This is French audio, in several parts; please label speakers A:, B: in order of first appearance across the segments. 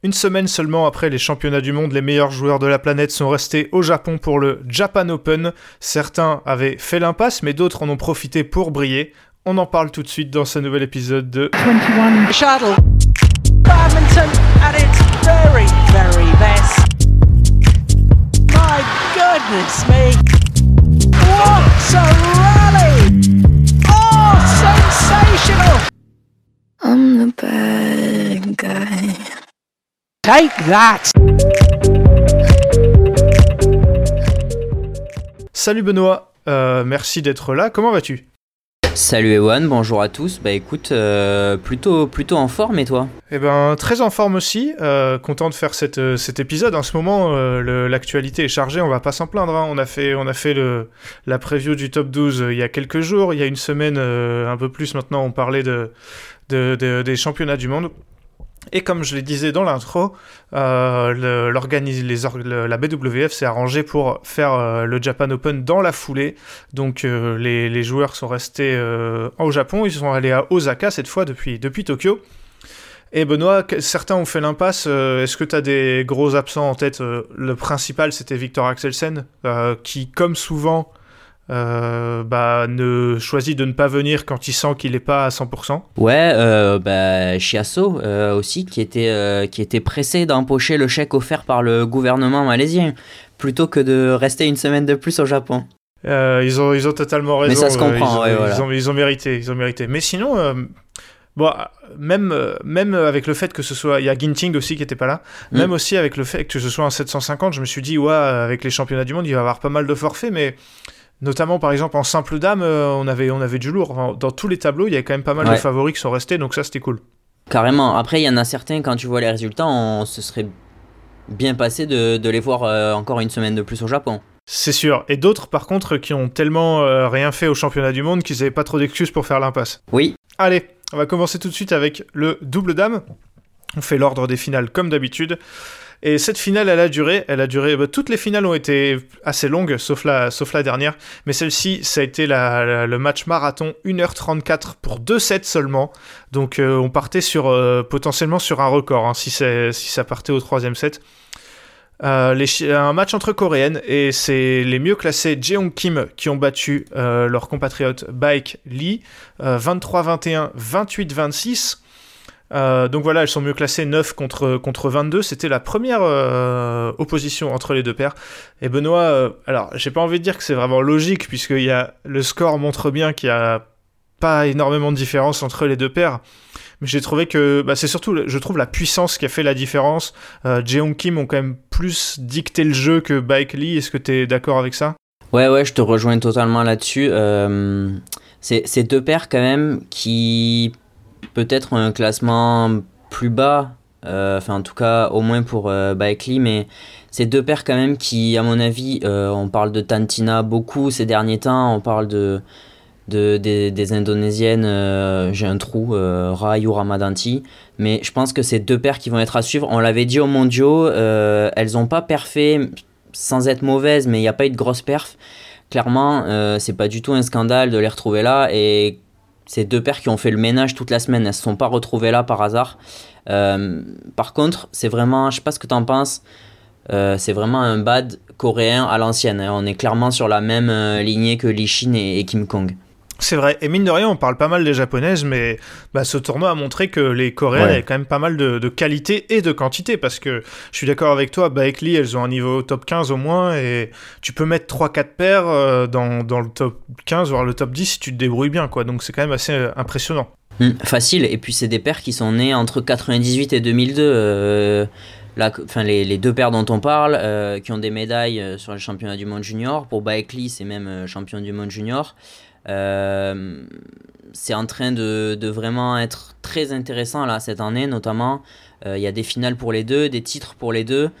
A: Une semaine seulement après les championnats du monde, les meilleurs joueurs de la planète sont restés au Japon pour le Japan Open. Certains avaient fait l'impasse, mais d'autres en ont profité pour briller. On en parle tout de suite dans ce nouvel épisode de
B: 21 Shuttle. Badminton at its very, very best. My goodness me. What a rally! Oh, sensational!
C: I'm the bad guy.
B: Take that!
A: Salut Benoît, merci d'être là, comment vas-tu ?
D: Salut Ewan, bonjour à tous. Bah écoute, plutôt en forme, et toi ?
A: Eh ben très en forme aussi, content de faire cet épisode. En ce moment, l'actualité est chargée, on va pas s'en plaindre. Hein. On a fait la preview du top 12 il y a quelques jours. Il y a une semaine, un peu plus maintenant, on parlait des championnats du monde. Et comme je le disais dans l'intro, la BWF s'est arrangée pour faire le Japan Open dans la foulée. Donc les joueurs sont restés au Japon, ils sont allés à Osaka cette fois depuis Tokyo. Et Benoît, certains ont fait l'impasse. Est-ce que tu as des gros absents en tête ? Le principal, c'était Viktor Axelsen, qui, comme souvent, ne choisit de ne pas venir quand il sent qu'il n'est pas à 100%.
D: Ouais, Chiasso aussi, qui était pressé d'empocher le chèque offert par le gouvernement malaisien, plutôt que de rester une semaine de plus au Japon.
A: Ils ont totalement raison.
D: Mais ça se comprend,
A: ils ont mérité. Mais sinon... même avec le fait que ce soit... Il y a Ginting aussi qui n'était pas là. Même aussi avec le fait que ce soit un 750, je me suis dit, avec les championnats du monde, il va y avoir pas mal de forfaits, mais... Notamment, par exemple, en simple dame, on avait du lourd. Enfin, dans tous les tableaux, il y avait quand même pas mal de favoris qui sont restés, donc ça, c'était cool.
D: Carrément. Après, il y en a certains, quand tu vois les résultats, on se serait bien passé de les voir encore une semaine de plus au Japon.
A: C'est sûr. Et d'autres, par contre, qui ont tellement rien fait au championnat du monde qu'ils n'avaient pas trop d'excuses pour faire l'impasse.
D: Oui.
A: Allez, on va commencer tout de suite avec le double dame. On fait l'ordre des finales comme d'habitude. Et cette finale, elle a duré. Toutes les finales ont été assez longues, sauf la dernière. Mais celle-ci, ça a été le match marathon, 1h34 pour 2 sets seulement. Donc on partait potentiellement sur un record, hein, si ça partait au 3e set. Un match entre coréennes, et c'est les mieux classés Jeong Kim qui ont battu leur compatriote Baek Lee, 23-21, 28-26. Donc voilà, elles sont mieux classées 9 contre 22. C'était la première opposition entre les deux paires. Et Benoît, alors j'ai pas envie de dire que c'est vraiment logique, puisque le score montre bien qu'il n'y a pas énormément de différence entre les deux paires. Mais j'ai trouvé que c'est surtout, je trouve, la puissance qui a fait la différence. Jeong Kim ont quand même plus dicté le jeu que Baek Lee. Est-ce que tu es d'accord avec ça ?
D: Ouais, je te rejoins totalement là-dessus. C'est deux paires quand même qui... peut-être un classement plus bas, en tout cas au moins pour Baek Lee, mais c'est deux paires quand même qui, à mon avis, on parle de Tantina beaucoup ces derniers temps, on parle des Indonésiennes, j'ai un trou, Rahayu Ramadanti, mais je pense que c'est deux paires qui vont être à suivre. On l'avait dit aux mondiaux, elles n'ont pas perfé sans être mauvaises, mais il n'y a pas eu de grosse perf. Clairement, c'est pas du tout un scandale de les retrouver là, et c'est deux paires qui ont fait le ménage toute la semaine, elles ne se sont pas retrouvées là par hasard. Par contre, c'est vraiment, je sais pas ce que tu en penses, c'est vraiment un bad coréen à l'ancienne. Hein. On est clairement sur la même lignée que Lee Shin et Kim Kong.
A: C'est vrai, et mine de rien, on parle pas mal des japonaises, mais ce tournoi a montré que les coréennes avaient quand même pas mal de qualité et de quantité, parce que je suis d'accord avec toi, Baek Lee, elles ont un niveau top 15 au moins, et tu peux mettre 3-4 paires dans le top 15, voire le top 10 si tu te débrouilles bien, quoi. Donc c'est quand même assez impressionnant.
D: Facile, et puis c'est des paires qui sont nées entre 98 et 2002, les deux paires dont on parle, qui ont des médailles sur les championnats du monde junior. Pour Baek Lee, c'est même champion du monde junior. C'est en train de vraiment être très intéressant là cette année, notamment il y a des finales pour les deux, des titres pour les deux.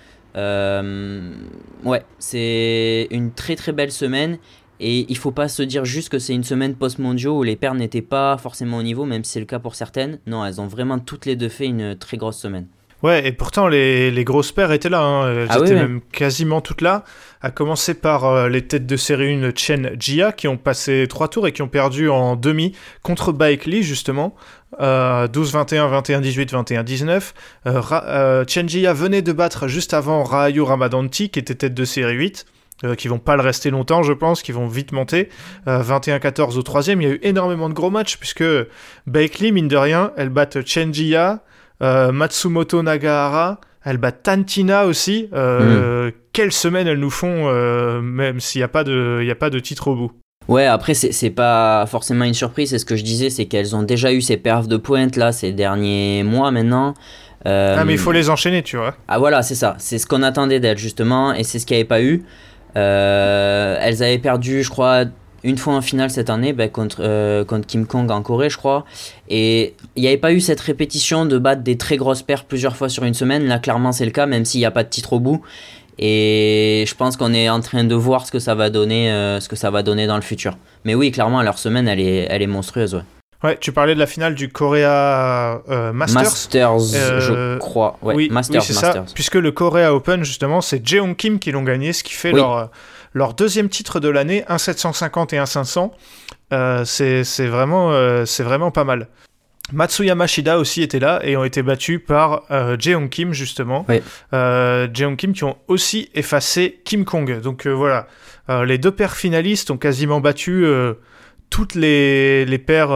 D: C'est une très très belle semaine, et il faut pas se dire juste que c'est une semaine post-mondiaux où les paires n'étaient pas forcément au niveau, même si c'est le cas pour certaines. Non, elles ont vraiment toutes les deux fait une très grosse semaine.
A: Ouais, et pourtant les grosses paires étaient là, hein. Elles étaient
D: ouais.
A: même quasiment toutes là, à commencer par les têtes de série 1 Chen Jia, qui ont passé 3 tours et qui ont perdu en demi contre Baek Lee, justement, 12-21, 21-18, 21-19. Chen Jia venait de battre juste avant Rahayu Ramadanti, qui était tête de série 8, qui vont pas le rester longtemps, je pense, qui vont vite monter. 21-14 au troisième, il y a eu énormément de gros matchs, puisque Baek Lee, mine de rien, elle bat Chen Jia, Matsumoto Nagahara, elles battent Tantina aussi. Quelle semaine elles nous font, même s'il n'y a pas de titre au bout.
D: Ouais, après, c'est pas forcément une surprise, c'est ce que je disais, c'est qu'elles ont déjà eu ces perfs de pointe là ces derniers mois maintenant.
A: Mais il faut les enchaîner, tu vois.
D: Ah voilà, c'est ça, c'est ce qu'on attendait d'elles justement, et c'est ce qu'il n'y avait pas eu. Elles avaient perdu, je crois, une fois en finale cette année, contre Kim Kong en Corée, je crois. Et il n'y avait pas eu cette répétition de battre des très grosses paires plusieurs fois sur une semaine. Là, clairement, c'est le cas, même s'il n'y a pas de titre au bout. Et je pense qu'on est en train de voir ce que ça va donner dans le futur. Mais oui, clairement, leur semaine, elle est monstrueuse. Ouais.
A: Ouais, tu parlais de la finale du Korea Masters.
D: Je crois. Ouais,
A: oui,
D: Masters,
A: c'est
D: Masters.
A: Ça. Puisque le Korea Open, justement, c'est Jeong Kim qui l'ont gagné, ce qui fait leur deuxième titre de l'année, 1-750 et 1-500. C'est vraiment pas mal. Matsuyama Shida aussi était là et ont été battus par Jeong Kim, justement.
D: Oui.
A: Jeong Kim qui ont aussi effacé Kim Kong. Donc voilà, les deux paires finalistes ont quasiment battu toutes les paires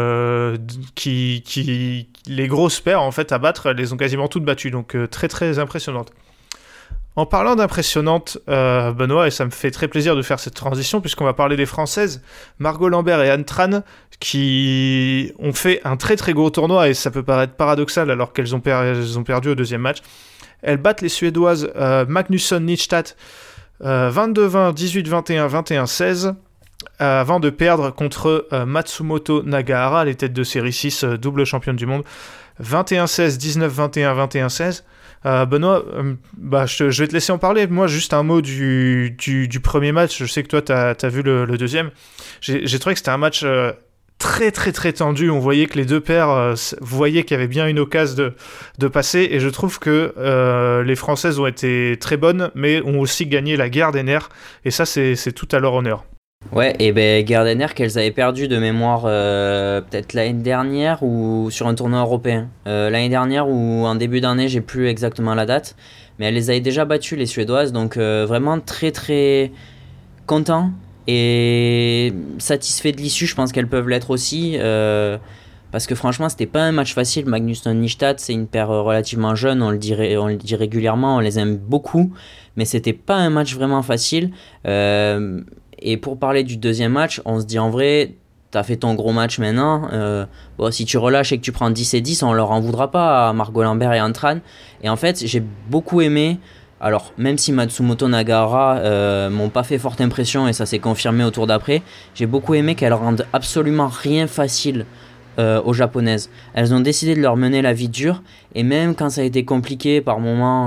A: les grosses paires en fait à battre, elles les ont quasiment toutes battues. Donc très très impressionnantes. En parlant d'impressionnantes, Benoît, et ça me fait très plaisir de faire cette transition puisqu'on va parler des Françaises, Margot Lambert et Anne Tran, qui ont fait un très très gros tournoi, et ça peut paraître paradoxal alors qu'elles ont perdu au deuxième match. Elles battent les Suédoises Magnusson-Nystadt 22-20, 18-21, 21-16, avant de perdre contre Matsumoto Nagahara, les têtes de série 6, double championne du monde, 21-16, 19-21, 21-16. Benoît, je vais te laisser en parler. Moi, juste un mot du premier match. Je sais que toi, t'as vu le deuxième. J'ai trouvé que c'était un match très, très, très tendu. On voyait que les deux paires voyaient qu'il y avait bien une occasion de passer. Et je trouve que les Françaises ont été très bonnes, mais ont aussi gagné la guerre des nerfs. Et ça, c'est tout à leur honneur.
D: Ouais, et guerre des nerfs qu'elles avaient perdu de mémoire peut-être l'année dernière ou sur un tournoi européen. L'année dernière ou en début d'année, j'ai plus exactement la date, mais elles les avaient déjà battues, les Suédoises, donc vraiment très très content et satisfait de l'issue. Je pense qu'elles peuvent l'être aussi, parce que franchement, c'était pas un match facile. Magnusson-Nystadt, c'est une paire relativement jeune, on le dit régulièrement, on les aime beaucoup, mais c'était pas un match vraiment facile. Et pour parler du deuxième match, on se dit en vrai, t'as fait ton gros match maintenant. Si tu relâches et que tu prends 10 et 10, on leur en voudra pas à Margot Lambert et Anne Tran. Et en fait, j'ai beaucoup aimé. Alors, même si Matsumoto Nagahara m'ont pas fait forte impression et ça s'est confirmé au tour d'après, j'ai beaucoup aimé qu'elles rendent absolument rien facile aux japonaises. Elles ont décidé de leur mener la vie dure. Et même quand ça a été compliqué par moments,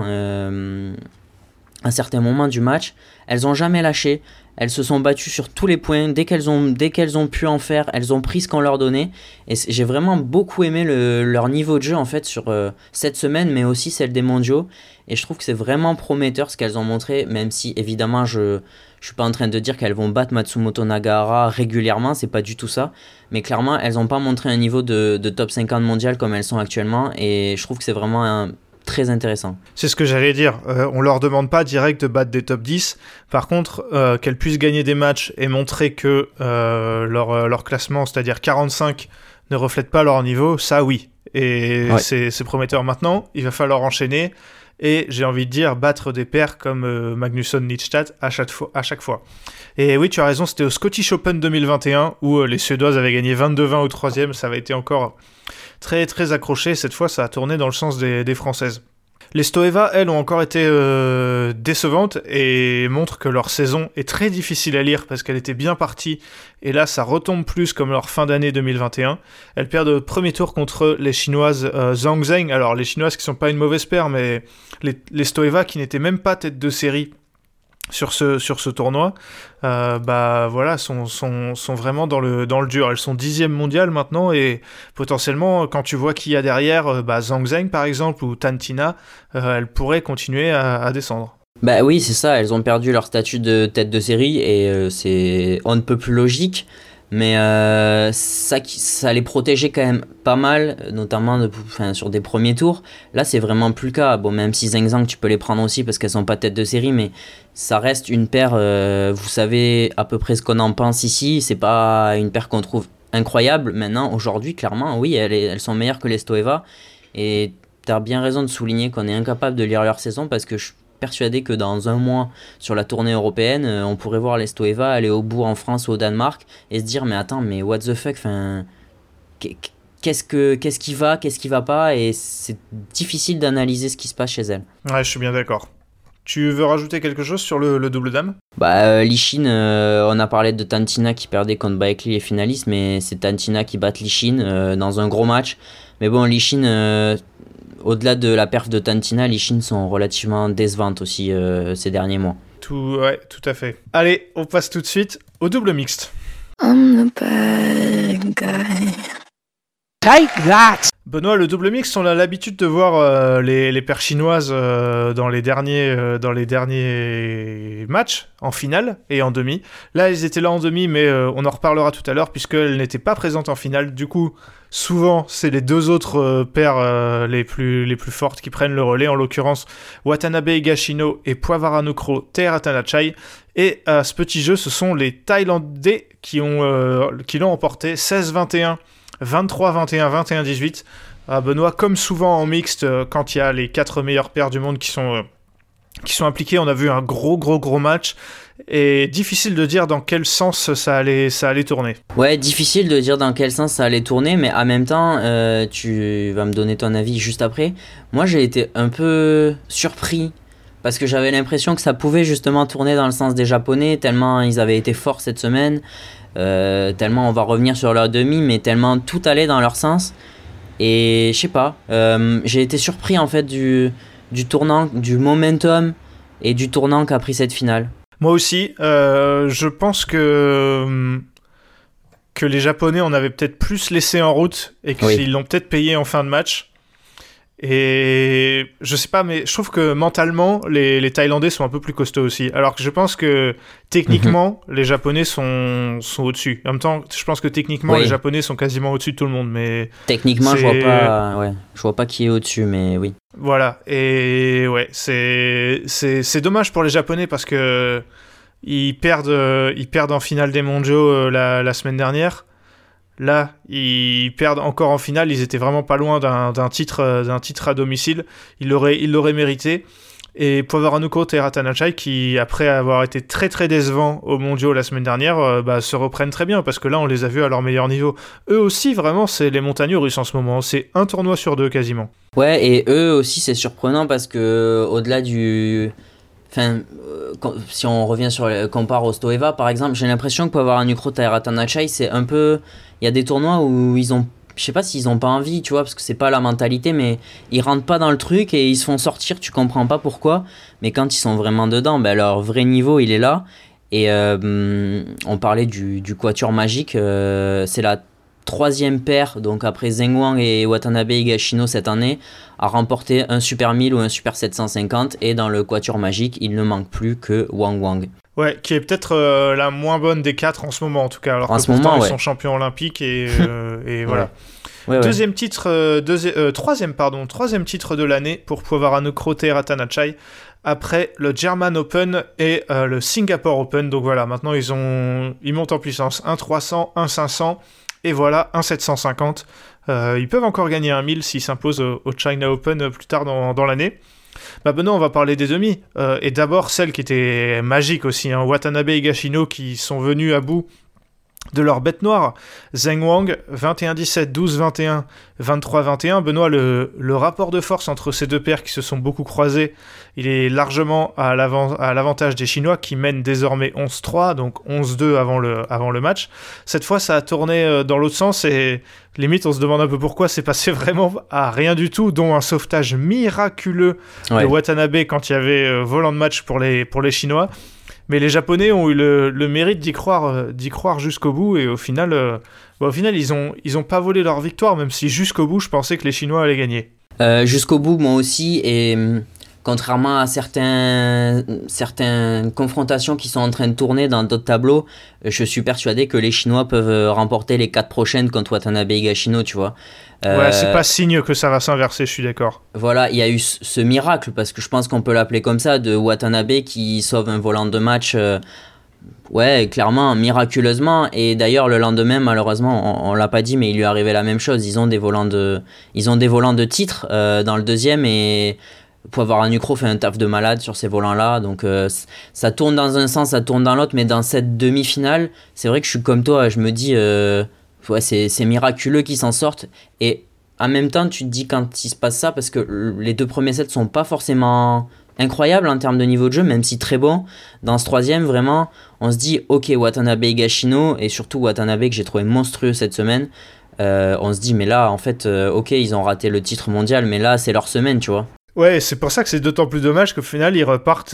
D: à certains moments du match, elles ont jamais lâché. Elles se sont battues sur tous les points. Dès qu'elles ont pu en faire, elles ont pris ce qu'on leur donnait. Et j'ai vraiment beaucoup aimé leur niveau de jeu en fait sur cette semaine, mais aussi celle des mondiaux. Et je trouve que c'est vraiment prometteur ce qu'elles ont montré, même si évidemment je suis pas en train de dire qu'elles vont battre Matsumoto Nagahara régulièrement, c'est pas du tout ça. Mais clairement, elles n'ont pas montré un niveau de top 50 mondial comme elles sont actuellement. Et je trouve que c'est vraiment très intéressant.
A: C'est ce que j'allais dire. On leur demande pas direct de battre des top 10. Par contre, qu'elles puissent gagner des matchs et montrer que leur classement, c'est-à-dire 45, ne reflète pas leur niveau, ça oui. Et ouais. C'est prometteur. Maintenant, il va falloir enchaîner. Et j'ai envie de dire battre des paires comme Magnusson-Nystadt à chaque fois. Et oui, tu as raison, c'était au Scottish Open 2021 où les Suédoises avaient gagné 22-20 au troisième. Ça avait été encore très très accroché. Cette fois, ça a tourné dans le sens des Françaises. Les Stoeva, elles, ont encore été décevantes et montrent que leur saison est très difficile à lire parce qu'elle était bien partie. Et là, ça retombe plus comme leur fin d'année 2021. Elles perdent au premier tour contre les Chinoises Zhang Zheng. Alors, les Chinoises qui sont pas une mauvaise paire, mais les Stoeva qui n'étaient même pas tête de série sur ce tournoi, voilà, sont vraiment dans le dur. Elles sont 10e mondiale maintenant, et potentiellement, quand tu vois qui y a derrière, Zhang Zheng par exemple, ou Tan Tina, elles pourraient continuer à descendre.
D: Bah oui, c'est ça, elles ont perdu leur statut de tête de série, et c'est on ne peut plus logique. Mais ça les protégeait quand même pas mal, notamment sur des premiers tours. Là, c'est vraiment plus le cas. Bon, même si Zheng Zhang, tu peux les prendre aussi parce qu'elles sont pas tête de série, mais ça reste une paire. Vous savez à peu près ce qu'on en pense ici. C'est pas une paire qu'on trouve incroyable. Maintenant, aujourd'hui, clairement, oui, elles sont meilleures que les Stoeva. Et t'as bien raison de souligner qu'on est incapable de lire leur saison, parce que je persuadé que dans un mois sur la tournée européenne, on pourrait voir les Stoeva aller au bout en France ou au Danemark et se dire mais attends, mais what the fuck, qu'est-ce qui va pas, et c'est difficile d'analyser ce qui se passe chez elles.
A: Ouais, je suis bien d'accord. Tu veux rajouter quelque chose sur le double dame ?
D: Lishin, on a parlé de Tan Tina qui perdait contre Baekli les finalistes, mais c'est Tan Tina qui bat Lishin dans un gros match. Mais bon, Lishin, au-delà de la perf de Tan Tina, les Chines sont relativement décevantes aussi ces derniers mois.
A: Tout à fait. Allez, on passe tout de suite au double mixte.
C: I'm the bad guy.
B: Take that!
A: Benoît, le double mixte, on a l'habitude de voir les paires chinoises dans les derniers matchs, en finale et en demi. Là, elles étaient là en demi, mais on en reparlera tout à l'heure, puisqu'elles n'étaient pas présentes en finale. Du coup, souvent, c'est les deux autres paires les plus fortes qui prennent le relais, en l'occurrence Watanabe Higashino et Poivara-no-Kro Teeratanachai. Et ce petit jeu, ce sont les Thaïlandais qui l'ont emporté 16-21. 23-21, 21-18. Benoît, comme souvent en mixte, quand il y a les 4 meilleures paires du monde qui sont impliquées, on a vu un gros match, et difficile de dire dans quel sens ça allait tourner.
D: Ouais, difficile de dire dans quel sens ça allait tourner, mais en même temps, tu vas me donner ton avis juste après. Moi, j'ai été un peu surpris, parce que j'avais l'impression que ça pouvait justement tourner dans le sens des Japonais, tellement ils avaient été forts cette semaine. Tellement on va revenir sur leur demi, mais tellement tout allait dans leur sens, et je sais pas, j'ai été surpris en fait du tournant, du momentum et du tournant qu'a pris cette finale.
A: Moi aussi, je pense que les Japonais en avaient peut-être plus laissé en route, et qu'ils l'ont peut-être payé en fin de match. Et je sais pas, mais je trouve que mentalement les Thaïlandais sont un peu plus costauds aussi, alors que je pense que techniquement les Japonais sont au-dessus. En même temps, je pense que techniquement les Japonais sont quasiment au-dessus de tout le monde, mais
D: techniquement je vois pas qui est au-dessus, mais oui.
A: Voilà, et ouais, c'est dommage pour les Japonais, parce que ils perdent en finale des mondiaux la semaine dernière. Là, ils perdent encore en finale. Ils étaient vraiment pas loin d'un titre à domicile. Ils l'auraient mérité. Et Poivara-no-Kro Teeratanachai, qui, après avoir été très très décevants aux mondiaux la semaine dernière, se reprennent très bien, parce que là, on les a vus à leur meilleur niveau. Eux aussi, vraiment, c'est les montagnes russes en ce moment. C'est un tournoi sur deux quasiment. Ouais,
D: et eux aussi, c'est surprenant, parce que au-delà du... si on revient compare au Stoeva par exemple, j'ai l'impression que Poivara-no-Kro Teeratanachai, c'est un peu, il y a des tournois où ils ont, je sais pas s'ils ont pas envie, tu vois, parce que c'est pas la mentalité, mais ils rentrent pas dans le truc et ils se font sortir, tu comprends pas pourquoi, mais quand ils sont vraiment dedans, leur vrai niveau il est là. Et on parlait du quatuor magique, c'est la troisième paire, donc après Zheng Wang et Watanabe Higashino cette année, a remporté un Super 1000 ou un Super 750, et dans le quatuor magique, il ne manque plus que Wang Wang.
A: Ouais, qui est peut-être la moins bonne des 4 en ce moment en tout cas, alors que pourtant ils sont champions olympiques, et voilà. Ouais. Troisième titre de l'année pour Poivara-no-Kro Teeratanachai, après le German Open et le Singapore Open. Donc voilà, maintenant ils montent en puissance, 1-300, 1-500, et voilà, 1-750. Ils peuvent encore gagner 1 000 s'ils s'imposent au China Open plus tard dans l'année. Maintenant, on va parler des demi. Et d'abord, celle qui était magique aussi, Watanabe et Higashino, qui sont venus à bout de leur bête noire. Zheng Wang, 21-17, 12-21, 23-21. Benoît, le rapport de force entre ces deux paires qui se sont beaucoup croisés, il est largement à l'avantage des Chinois, qui mènent désormais 11-3, donc 11-2 avant le match. Cette fois, ça a tourné dans l'autre sens, et limite, on se demande un peu pourquoi. C'est passé vraiment à rien du tout, dont un sauvetage miraculeux de Watanabe quand il y avait volant de match pour les Chinois. Mais les Japonais ont eu le mérite d'y croire jusqu'au bout, et au final, ils ont pas volé leur victoire, même si jusqu'au bout, je pensais que les Chinois allaient gagner.
D: Jusqu'au bout, moi aussi, et contrairement à certaines confrontations qui sont en train de tourner dans d'autres tableaux, je suis persuadé que les Chinois peuvent remporter les 4 prochaines contre Watanabe Higashino, tu vois.
A: Ouais, c'est pas signe que ça va s'inverser, je suis d'accord.
D: Voilà, il y a eu ce miracle, parce que je pense qu'on peut l'appeler comme ça, de Watanabe qui sauve un volant de match, ouais, clairement, miraculeusement. Et d'ailleurs, le lendemain, malheureusement, on l'a pas dit, mais il lui est arrivé la même chose. Ils ont des volants de titre dans le deuxième, et Poivara Nucro fait un taf de malade sur ces volants-là, donc ça tourne dans un sens, ça tourne dans l'autre, mais dans cette demi-finale, c'est vrai que je suis comme toi, je me dis, ouais, c'est miraculeux qu'ils s'en sortent, et en même temps, tu te dis quand il se passe ça, parce que les 2 premiers sets sont pas forcément incroyables en termes de niveau de jeu, même si très bon. Dans ce troisième, vraiment, on se dit, ok, Watanabe Higashino, et surtout Watanabe que j'ai trouvé monstrueux cette semaine, on se dit, mais là, en fait, ok, ils ont raté le titre mondial, mais là, c'est leur semaine, tu vois.
A: Ouais, c'est pour ça que c'est d'autant plus dommage qu'au final, ils repartent...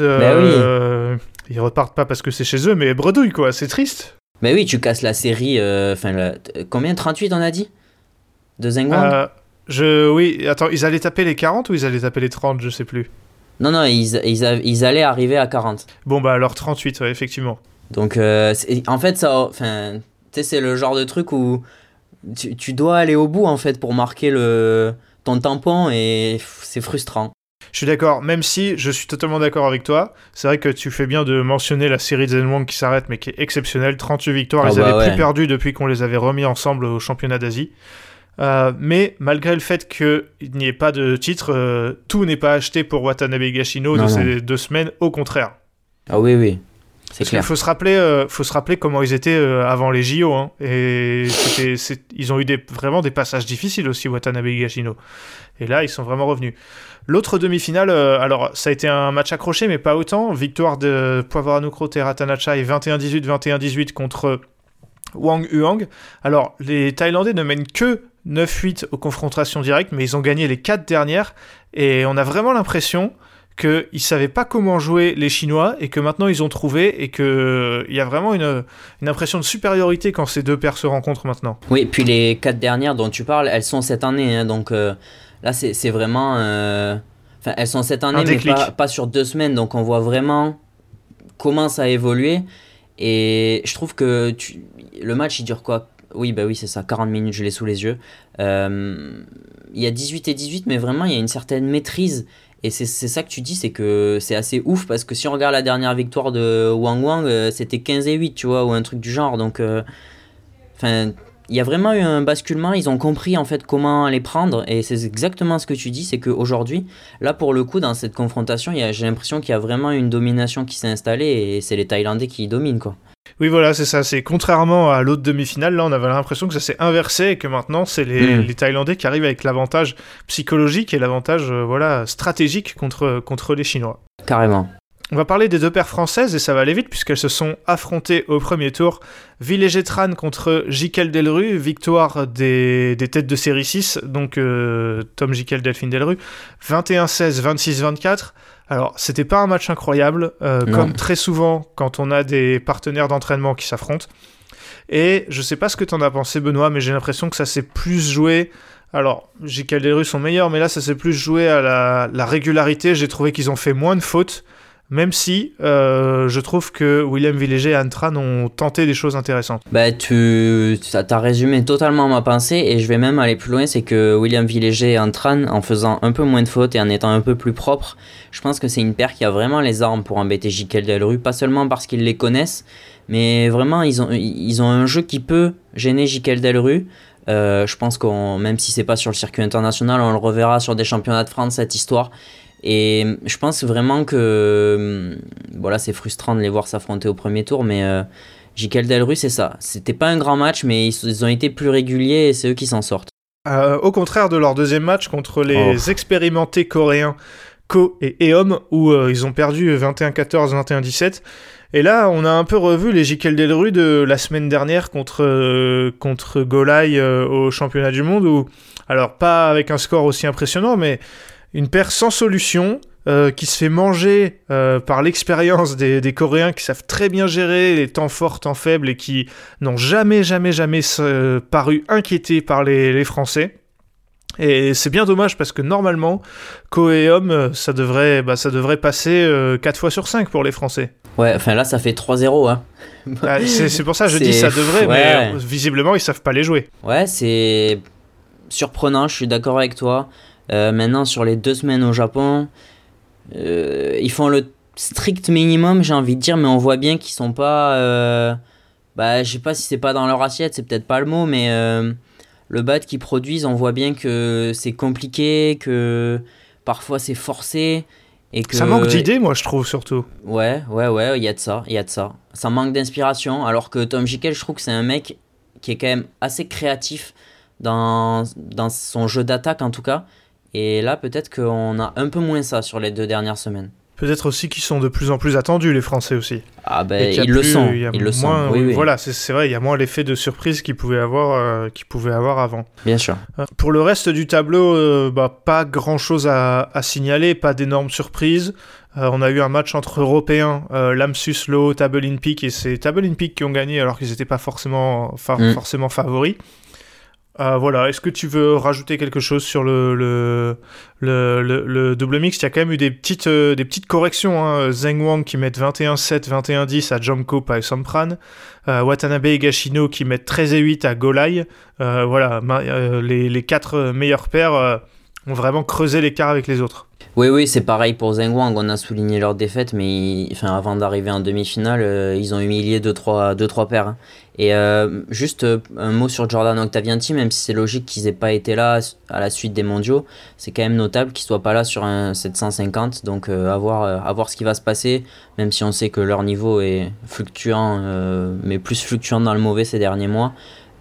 A: Ils repartent pas parce que c'est chez eux, mais bredouille, quoi, c'est triste.
D: Mais oui, tu casses la série... combien, 38 on a dit de Zheng Wang?
A: Oui, attends, ils allaient taper les 40 ou ils allaient taper les 30, je sais plus.
D: Non, ils allaient arriver à 40.
A: Bon, bah alors 38, ouais, effectivement.
D: Donc, en fait, ça... tu sais, c'est le genre de truc où tu dois aller au bout, en fait, pour marquer ton tampon, et c'est frustrant.
A: Je suis d'accord, même si je suis totalement d'accord avec toi. C'est vrai que tu fais bien de mentionner la série de Zheng Wang qui s'arrête, mais qui est exceptionnelle. 38 victoires, ils avaient plus perdu depuis qu'on les avait remis ensemble au championnat d'Asie. Mais malgré le fait qu'il n'y ait pas de titre, tout n'est pas acheté pour Watanabe Higashino ces 2 semaines, au contraire.
D: Ah oui. C'est clair.
A: Il faut se rappeler comment ils étaient avant les JO. Hein. Et ils ont eu vraiment des passages difficiles aussi, Watanabe Higashino. Et là, ils sont vraiment revenus. L'autre demi-finale, alors ça a été un match accroché, mais pas autant. Victoire de Poivara Nucro Teratanacha 21-18, 21-18 contre Wang Huang. Alors, les Thaïlandais ne mènent que 9-8 aux confrontations directes, mais ils ont gagné les 4 dernières. Et on a vraiment l'impression qu'ils ne savaient pas comment jouer les Chinois, et que maintenant ils ont trouvé, et qu'il y a vraiment une impression de supériorité quand ces 2 paires se rencontrent maintenant.
D: Oui, puis les 4 dernières dont tu parles, elles sont cette année, hein, donc là c'est vraiment... elles sont cette année, mais pas sur 2 semaines, donc on voit vraiment comment ça a évolué, et je trouve que le match il dure quoi ? Oui, c'est ça, 40 minutes, je l'ai sous les yeux. Il y a 18 et 18, mais vraiment il y a une certaine maîtrise. Et c'est ça que tu dis, c'est que c'est assez ouf, parce que si on regarde la dernière victoire de Wang, c'était 15 et 8, tu vois, ou un truc du genre. Donc, il y a vraiment eu un basculement, ils ont compris en fait comment les prendre, et c'est exactement ce que tu dis, c'est qu'aujourd'hui, là pour le coup, dans cette confrontation, j'ai l'impression qu'il y a vraiment une domination qui s'est installée, et c'est les Thaïlandais qui dominent, quoi.
A: Oui, voilà, c'est ça. C'est contrairement à l'autre demi-finale, là, on avait l'impression que ça s'est inversé, et que maintenant, c'est les Thaïlandais qui arrivent avec l'avantage psychologique et l'avantage stratégique contre les Chinois.
D: Carrément.
A: On va parler des 2 paires françaises, et ça va aller vite, puisqu'elles se sont affrontées au premier tour. Villet-Gétran contre Jikel Delru, victoire des têtes de série 6, donc Tom Jikel, Delphine Delru, 21-16, 26-24. Alors, c'était pas un match incroyable, comme très souvent quand on a des partenaires d'entraînement qui s'affrontent. Et je sais pas ce que t'en as pensé, Benoît, mais j'ai l'impression que ça s'est plus joué... Alors, Jikel Delru sont meilleurs, mais là, ça s'est plus joué à la régularité. J'ai trouvé qu'ils ont fait moins de fautes, même si je trouve que William Villéger et Antran ont tenté des choses intéressantes.
D: T'as résumé totalement ma pensée, et je vais même aller plus loin, c'est que William Villéger et Antran, en faisant un peu moins de fautes et en étant un peu plus propre, je pense que c'est une paire qui a vraiment les armes pour embêter Jikel Delru, pas seulement parce qu'ils les connaissent, mais vraiment ils ont un jeu qui peut gêner Jikel Delru. Je pense même si c'est pas sur le circuit international, on le reverra sur des championnats de France, cette histoire. Et je pense vraiment que c'est frustrant de les voir s'affronter au premier tour, mais Jikel Delru, c'est ça. C'était pas un grand match, mais ils ont été plus réguliers, et c'est eux qui s'en sortent.
A: Au contraire de leur deuxième match contre les expérimentés coréens Ko et Eom, où ils ont perdu 21-14, 21-17. Et là, on a un peu revu les Jikel Delru de la semaine dernière contre Golai au championnat du monde, où, alors pas avec un score aussi impressionnant, mais une paire sans solution, qui se fait manger par l'expérience des Coréens qui savent très bien gérer les temps forts, temps faibles et qui n'ont jamais paru inquiétés par les Français. Et c'est bien dommage parce que normalement, Koeum, ça devrait passer 4 fois sur 5 pour les Français.
D: Ouais, enfin là ça fait 3-0. Hein.
A: C'est pour ça que je dis ça devrait, mais visiblement ils savent pas les jouer.
D: Ouais, c'est surprenant, je suis d'accord avec toi. Maintenant, sur les 2 semaines au Japon, ils font le strict minimum, j'ai envie de dire, mais on voit bien qu'ils sont pas... je sais pas si c'est pas dans leur assiette, c'est peut-être pas le mot, mais le bad qu'ils produisent, on voit bien que c'est compliqué, que parfois c'est forcé. Et que...
A: Ça manque d'idées, moi, je trouve, surtout.
D: Ouais, il y a de ça. Ça manque d'inspiration, alors que Tom Jikel, je trouve que c'est un mec qui est quand même assez créatif dans son jeu d'attaque, en tout cas. Et là, peut-être qu'on a un peu moins ça sur les 2 dernières semaines.
A: Peut-être aussi qu'ils sont de plus en plus attendus, les Français aussi.
D: Ah ils le sont. Oui.
A: Voilà, c'est vrai, il y a moins l'effet de surprise qu'ils pouvaient avoir avant.
D: Bien sûr.
A: Pour le reste du tableau, pas grand-chose à signaler, pas d'énormes surprises. On a eu un match entre Européens, Lamsus, Low, Table in Peak, et c'est Table in Peak qui ont gagné alors qu'ils n'étaient pas forcément favoris. Voilà, est-ce que tu veux rajouter quelque chose sur le double mix? Il y a quand même eu des petites corrections, hein. Zheng Wang qui mettent 21-7, 21-10 à Jomko et Sampran, Watanabe et Gashino qui mettent 13 et 8 à Golai. Voilà, les 4 meilleures paires ont vraiment creusé l'écart avec les autres.
D: Oui, c'est pareil pour Zheng Wang, on a souligné leur défaite, mais avant d'arriver en demi-finale, ils ont humilié 2-3 paires. Hein. Et juste un mot sur Jordan Octavianti, même si c'est logique qu'ils aient pas été là à la suite des mondiaux, c'est quand même notable qu'ils soient pas là sur un 750, donc à voir ce qui va se passer, même si on sait que leur niveau est fluctuant, mais plus fluctuant dans le mauvais ces derniers mois.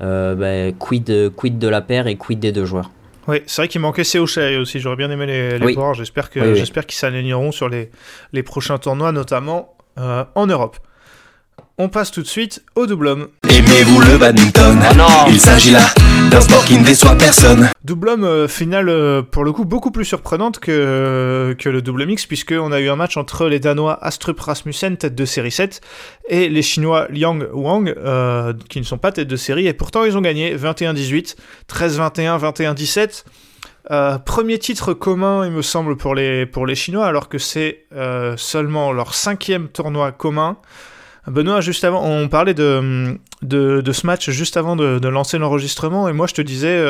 D: Quid de la paire et quid des 2 joueurs.
A: Oui, c'est vrai qu'il manquait Seoshai aussi, j'aurais bien aimé les voir, j'espère qu'ils s'aligneront sur les prochains tournois, notamment en Europe. On passe tout de suite au double homme.
E: Aimez-vous le badminton? Il s'agit là d'un sport qui ne déçoit personne.
A: Double homme, finale pour le coup beaucoup plus surprenante que le double mix, puisqu'on a eu un match entre les Danois Astrup Rasmussen, tête de série 7, et les Chinois Liang Wang, qui ne sont pas tête de série, et pourtant ils ont gagné 21-18, 13-21, 21-17. Premier titre commun, il me semble, pour les Chinois, alors que c'est seulement leur 5e tournoi commun. Benoît, juste avant, on parlait de ce match juste avant de lancer l'enregistrement, et moi je te disais,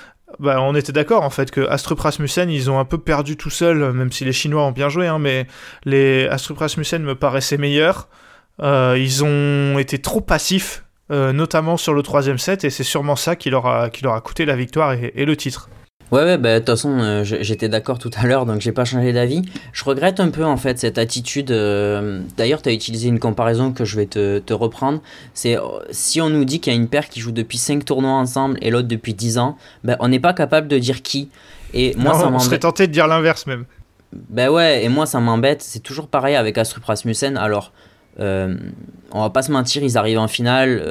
A: on était d'accord en fait que Astrup Rasmussen, ils ont un peu perdu tout seuls, même si les Chinois ont bien joué, hein, mais les Astrup Rasmussen me paraissaient meilleurs. Ils ont été trop passifs, notamment sur le 3e set, et c'est sûrement ça qui leur a coûté la victoire et le titre.
D: Ouais, de toute façon, j'étais d'accord tout à l'heure, donc j'ai pas changé d'avis. Je regrette un peu, en fait, cette attitude. D'ailleurs, tu as utilisé une comparaison que je vais te reprendre. C'est si on nous dit qu'il y a une paire qui joue depuis 5 tournois ensemble et l'autre depuis 10 ans, on n'est pas capable de dire qui. Et moi, ça m'embête. On
A: serait tenté de dire l'inverse, même.
D: Ouais, et moi, ça m'embête. C'est toujours pareil avec Astrup Rasmussen. Alors, on va pas se mentir, ils arrivent en finale,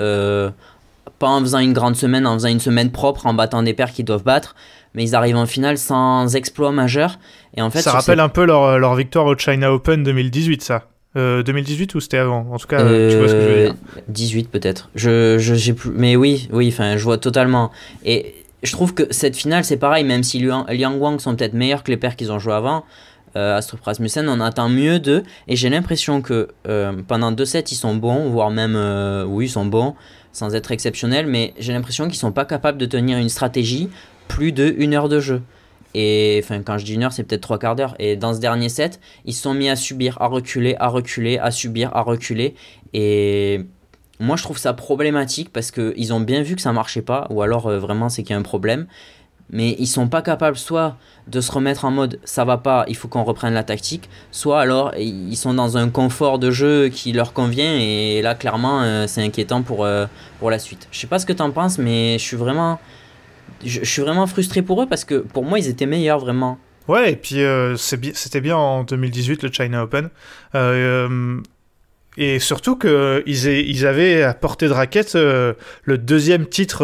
D: pas en faisant une grande semaine, en faisant une semaine propre, en battant des paires qu'ils doivent battre. Mais ils arrivent en finale sans exploit majeur. Et en fait,
A: ça rappelle un peu leur victoire au China Open 2018, ça. 2018 ou c'était avant? En tout cas, tu vois ce que je veux dire.
D: 18 peut-être. J'ai plus... Mais oui, je vois totalement. Et je trouve que cette finale, c'est pareil, même si Liang Wang sont peut-être meilleurs que les paires qu'ils ont joué avant, Astrup Rasmussen, on attend mieux d'eux. Et j'ai l'impression que pendant 2 sets, ils sont bons, voire même, ils sont bons, sans être exceptionnels. Mais j'ai l'impression qu'ils sont pas capables de tenir une stratégie plus de 1 heure de jeu. Et quand je dis 1 heure, c'est peut-être 3/4 d'heure. Et dans ce dernier set, ils se sont mis à subir, à reculer, à subir, à reculer. Et moi, je trouve ça problématique parce qu'ils ont bien vu que ça marchait pas, ou alors vraiment c'est qu'il y a un problème. Mais ils sont pas capables soit de se remettre en mode ça va pas, il faut qu'on reprenne la tactique, soit alors ils sont dans un confort de jeu qui leur convient. Et là, clairement, c'est inquiétant pour la suite. Je sais pas ce que t'en penses, mais je suis vraiment frustré pour eux parce que pour moi ils étaient meilleurs vraiment.
A: Ouais, et puis c'était bien en 2018 le China Open. Et surtout qu'ils avaient à portée de raquette le deuxième titre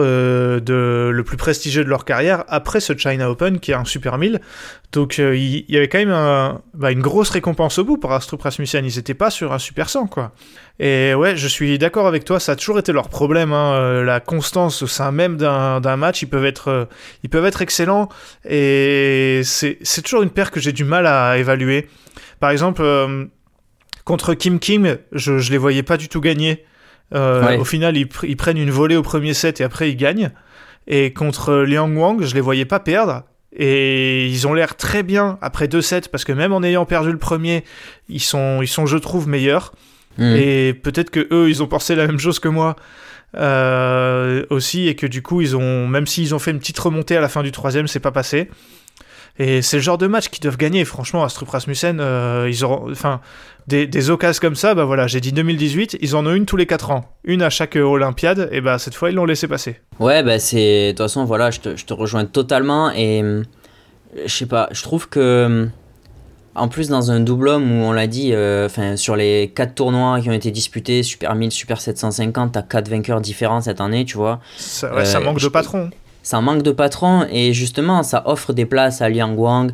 A: le plus prestigieux de leur carrière après ce China Open qui est un Super 1000. Donc il y avait quand même une grosse récompense au bout pour Astrup Rasmussen. Ils n'étaient pas sur un Super 100, quoi. Et ouais, je suis d'accord avec toi, ça a toujours été leur problème, la constance au sein même d'un match. Ils peuvent être excellents et c'est toujours une paire que j'ai du mal à évaluer. Par exemple, contre Kim Kim, je les voyais pas du tout gagner. Au final, ils prennent une volée au premier set et après ils gagnent. Et contre Liang Wang, je les voyais pas perdre. Et ils ont l'air très bien après 2 sets, parce que même en ayant perdu le premier, ils sont je trouve, meilleurs. Et peut-être que eux, ils ont pensé la même chose que moi aussi, et que du coup, même s'ils ont fait une petite remontée à la fin du 3e, c'est pas passé. Et c'est le genre de match qu'ils doivent gagner. Franchement, Astrup Rasmussen, ils auront, des occasions comme ça, voilà, j'ai dit 2018, ils en ont une tous les 4 ans. Une à chaque Olympiade, et cette fois, ils l'ont laissé passer.
D: Ouais, de toute façon, voilà, je te rejoins totalement. Et je sais pas, je trouve que, en plus, dans un double homme où on l'a dit, sur les 4 tournois qui ont été disputés, Super 1000, Super 750, t'as 4 vainqueurs différents cette année, tu vois.
A: Ça manque de patron.
D: Ça manque de patron, et justement, ça offre des places à Liang Wang,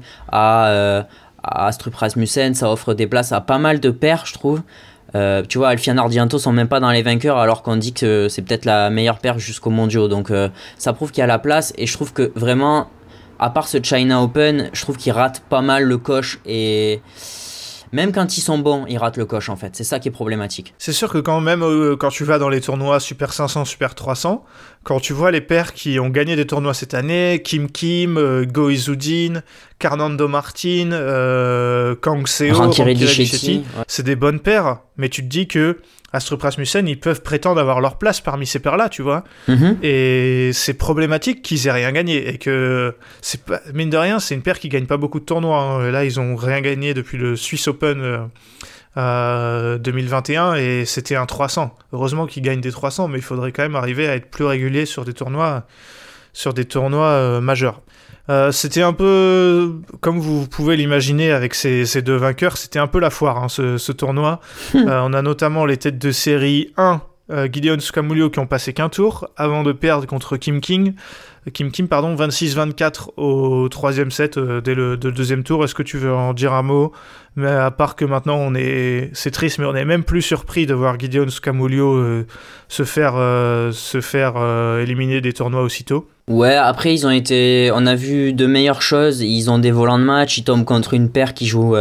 D: à Astrup Rasmussen, ça offre des places à pas mal de paires, je trouve. Tu vois, Alfian Ardianto sont même pas dans les vainqueurs, alors qu'on dit que c'est peut-être la meilleure paire jusqu'aux mondiaux. Donc ça prouve qu'il y a la place, et je trouve que vraiment, à part ce China Open, je trouve qu'ils ratent pas mal le coche, et même quand ils sont bons, ils ratent le coche, en fait. C'est ça qui est problématique.
A: C'est sûr que quand tu vas dans les tournois Super 500, Super 300, quand tu vois les paires qui ont gagné des tournois cette année, Kim Kim, Go Izudin, Fernando Martin, Kang Seo,
D: Ranky Reddichetti,
A: c'est des bonnes paires, mais tu te dis que Astrup Rasmussen, ils peuvent prétendre avoir leur place parmi ces paires-là, tu vois. Et c'est problématique qu'ils aient rien gagné, et que, mine de rien, c'est une paire qui gagne pas beaucoup de tournois. Là, ils ont rien gagné depuis le Swiss Open 2021, et c'était un 300. Heureusement qu'ils gagnent des 300, mais il faudrait quand même arriver à être plus régulier sur des tournois majeurs. C'était un peu, comme vous pouvez l'imaginer avec ces deux vainqueurs, c'était un peu la foire, ce tournoi. On a notamment les têtes de série 1, Gideon Sukamuljo, qui ont passé qu'un tour, avant de perdre contre Kim Kim, 26-24 au 3e set dès le deuxième tour. Est-ce que tu veux en dire un mot ? Mais à part que maintenant, c'est triste, mais on est même plus surpris de voir Gideon Sukamuljo se faire éliminer des tournois aussitôt.
D: Ouais, après on a vu de meilleures choses. Ils ont des volants de match, ils tombent contre une paire qui joue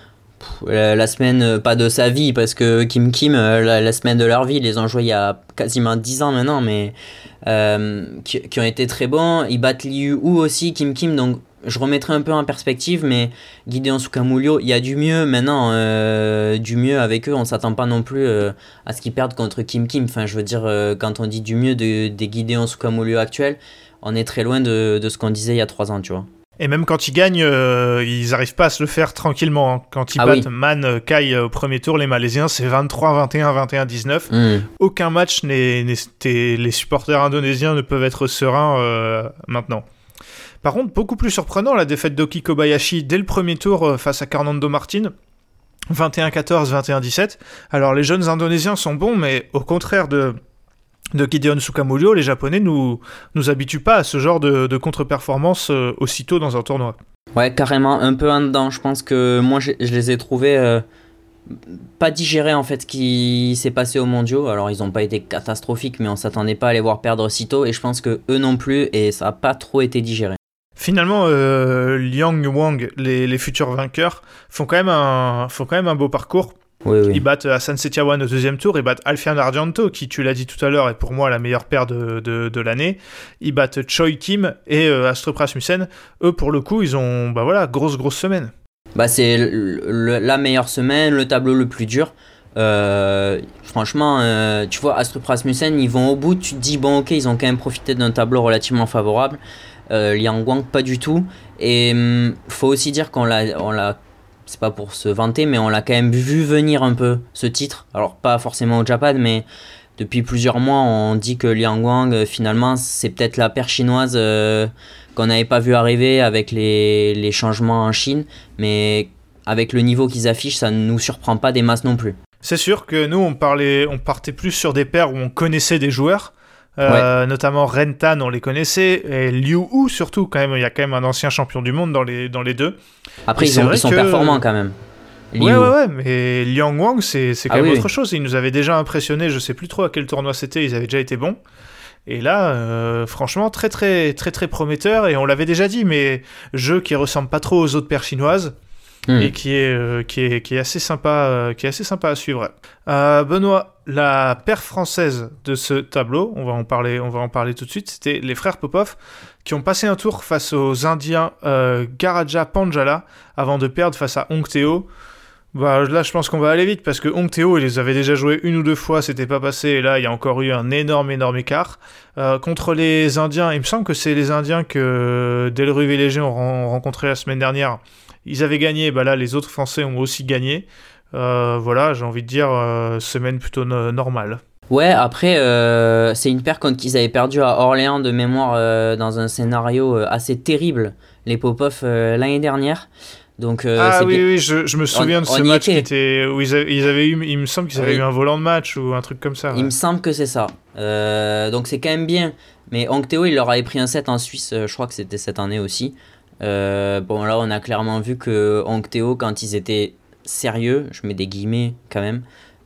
D: la semaine, pas de sa vie, parce que Kim Kim, la semaine de leur vie, ils les ont joués il y a quasiment 10 ans maintenant, mais qui ont été très bons. Ils battent Liu Hu aussi, Kim Kim, donc je remettrai un peu en perspective, mais Gideon Sukamuljo, il y a du mieux maintenant, du mieux avec eux. On s'attend pas non plus à ce qu'ils perdent contre Kim Kim. Enfin, je veux dire, quand on dit du mieux des Gideon Sukamuljo actuels, on est très loin de ce qu'on disait il y a 3 ans, tu vois.
A: Et même quand ils gagnent, ils n'arrivent pas à se le faire tranquillement. Quand ils battent Man Kai au premier tour, les Malaisiens, c'est 23-21, 21-19. Aucun match les supporters indonésiens ne peuvent être sereins maintenant. Par contre, beaucoup plus surprenant, la défaite d'Oki Kobayashi dès le premier tour face à Fernando Martin. 21-14, 21-17. Alors les jeunes Indonésiens sont bons, mais au contraire de Gideon Sukamuljo, les Japonais nous habituent pas à ce genre de contre-performance aussitôt dans un tournoi.
D: Ouais, carrément, un peu en dedans. Je pense que moi, je les ai trouvés pas digérés, en fait, ce qui s'est passé aux mondiaux. Alors, ils n'ont pas été catastrophiques, mais on s'attendait pas à les voir perdre aussitôt. Et je pense que eux non plus, et ça n'a pas trop été digéré.
A: Finalement, Liang Wang, les futurs vainqueurs, font quand même un beau parcours.
D: Oui.
A: Ils battent Hassan Setiawan au deuxième tour, ils battent Alfian Ardianto, qui, tu l'as dit tout à l'heure, est pour moi la meilleure paire de l'année. Ils battent Choi Kim et Astrup Rasmussen. Eux, pour le coup, ils ont grosse semaine.
D: C'est la meilleure semaine, le tableau le plus dur. Franchement, tu vois, Astrup Rasmussen, ils vont au bout, tu te dis, bon, ok, ils ont quand même profité d'un tableau relativement favorable. Liang Wang, pas du tout. Et faut aussi dire qu'on l'a, c'est pas pour se vanter, mais on l'a quand même vu venir un peu, ce titre. Alors, pas forcément au Japan, mais depuis plusieurs mois, on dit que Liang Wang, finalement, c'est peut-être la paire chinoise qu'on n'avait pas vu arriver avec les changements en Chine. Mais avec le niveau qu'ils affichent, ça ne nous surprend pas des masses non plus.
A: C'est sûr que nous, on partait plus sur des paires où on connaissait des joueurs. Notamment Rentan, on les connaissait, et Liu Hu surtout, quand même, il y a quand même un ancien champion du monde dans les deux.
D: Après, ils sont performants quand même.
A: Ouais, mais Liang Wang, c'est quand même autre chose. Ils nous avaient déjà impressionnés, je sais plus trop à quel tournoi c'était, ils avaient déjà été bons. Et là, franchement, très très très très prometteur, et on l'avait déjà dit, mais jeu qui ressemble pas trop aux autres paires chinoises. Et qui est assez sympa, à suivre. Benoît, la paire française de ce tableau, on va en parler tout de suite. C'était les frères Popov qui ont passé un tour face aux Indiens Garaja Panjala avant de perdre face à Hong Teo. Là, je pense qu'on va aller vite parce que Hong Teo, ils les avaient déjà joués 1 ou 2 fois, c'était pas passé. Et là, il y a encore eu un énorme écart. Contre les Indiens, il me semble que c'est les Indiens que Delruve et Léger ont rencontré la semaine dernière. Ils avaient gagné, là les autres Français ont aussi gagné. J'ai envie de dire semaine plutôt normale.
D: Ouais, après c'est une paire contre qui ils avaient perdu à Orléans de mémoire dans un scénario assez terrible, les Popov l'année dernière. Donc,
A: oui, je me souviens de ce match qui était, où ils avaient eu, il me semble qu'ils avaient eu un volant de match ou un truc comme ça. Ouais.
D: Il me semble que c'est ça. Donc c'est quand même bien. Mais Hong Teo, il leur avait pris un set en Suisse, je crois que c'était cette année aussi. Là on a clairement vu que Hong Teo, quand ils étaient sérieux, je mets des guillemets quand même,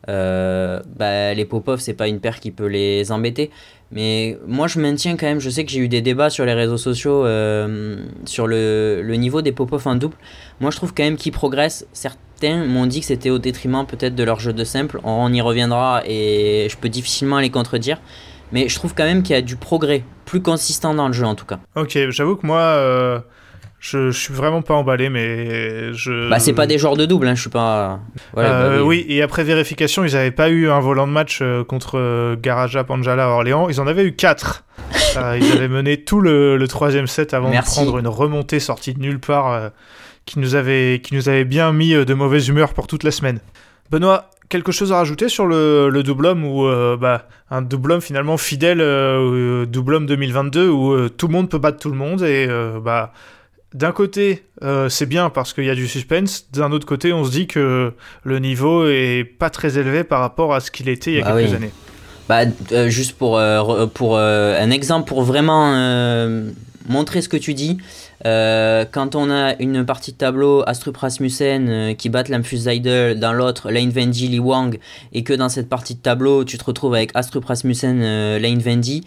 D: les Popov, c'est pas une paire qui peut les embêter. Mais moi je maintiens quand même, je sais que j'ai eu des débats sur les réseaux sociaux sur le niveau des Popov en double. Moi je trouve quand même qu'ils progressent. Certains m'ont dit que c'était au détriment peut-être de leur jeu de simple, on y reviendra et je peux difficilement les contredire. Mais je trouve quand même qu'il y a du progrès, plus consistant dans le jeu en tout cas.
A: Ok, j'avoue que moi je suis vraiment pas emballé, mais
D: c'est pas des joueurs de double, hein, je suis pas...
A: Oui, et après vérification, ils avaient pas eu un volant de match contre Garaja Panjala à Orléans, ils en avaient eu 4. Ils avaient mené tout le troisième set avant de prendre une remontée sortie de nulle part qui nous avait bien mis de mauvaise humeur pour toute la semaine. Benoît, quelque chose à rajouter sur le double homme ou un double homme finalement fidèle au double homme 2022 où tout le monde peut battre tout le monde et d'un côté, c'est bien parce qu'il y a du suspense. D'un autre côté, on se dit que le niveau est pas très élevé par rapport à ce qu'il était il y a quelques années.
D: Juste pour un exemple, pour vraiment montrer ce que tu dis, quand on a une partie de tableau Astrup Rasmussen qui bat Lamfus Zeidel, dans l'autre Lane Vendy, Li Wang, et que dans cette partie de tableau tu te retrouves avec Astrup Rasmussen, Lane Vendy,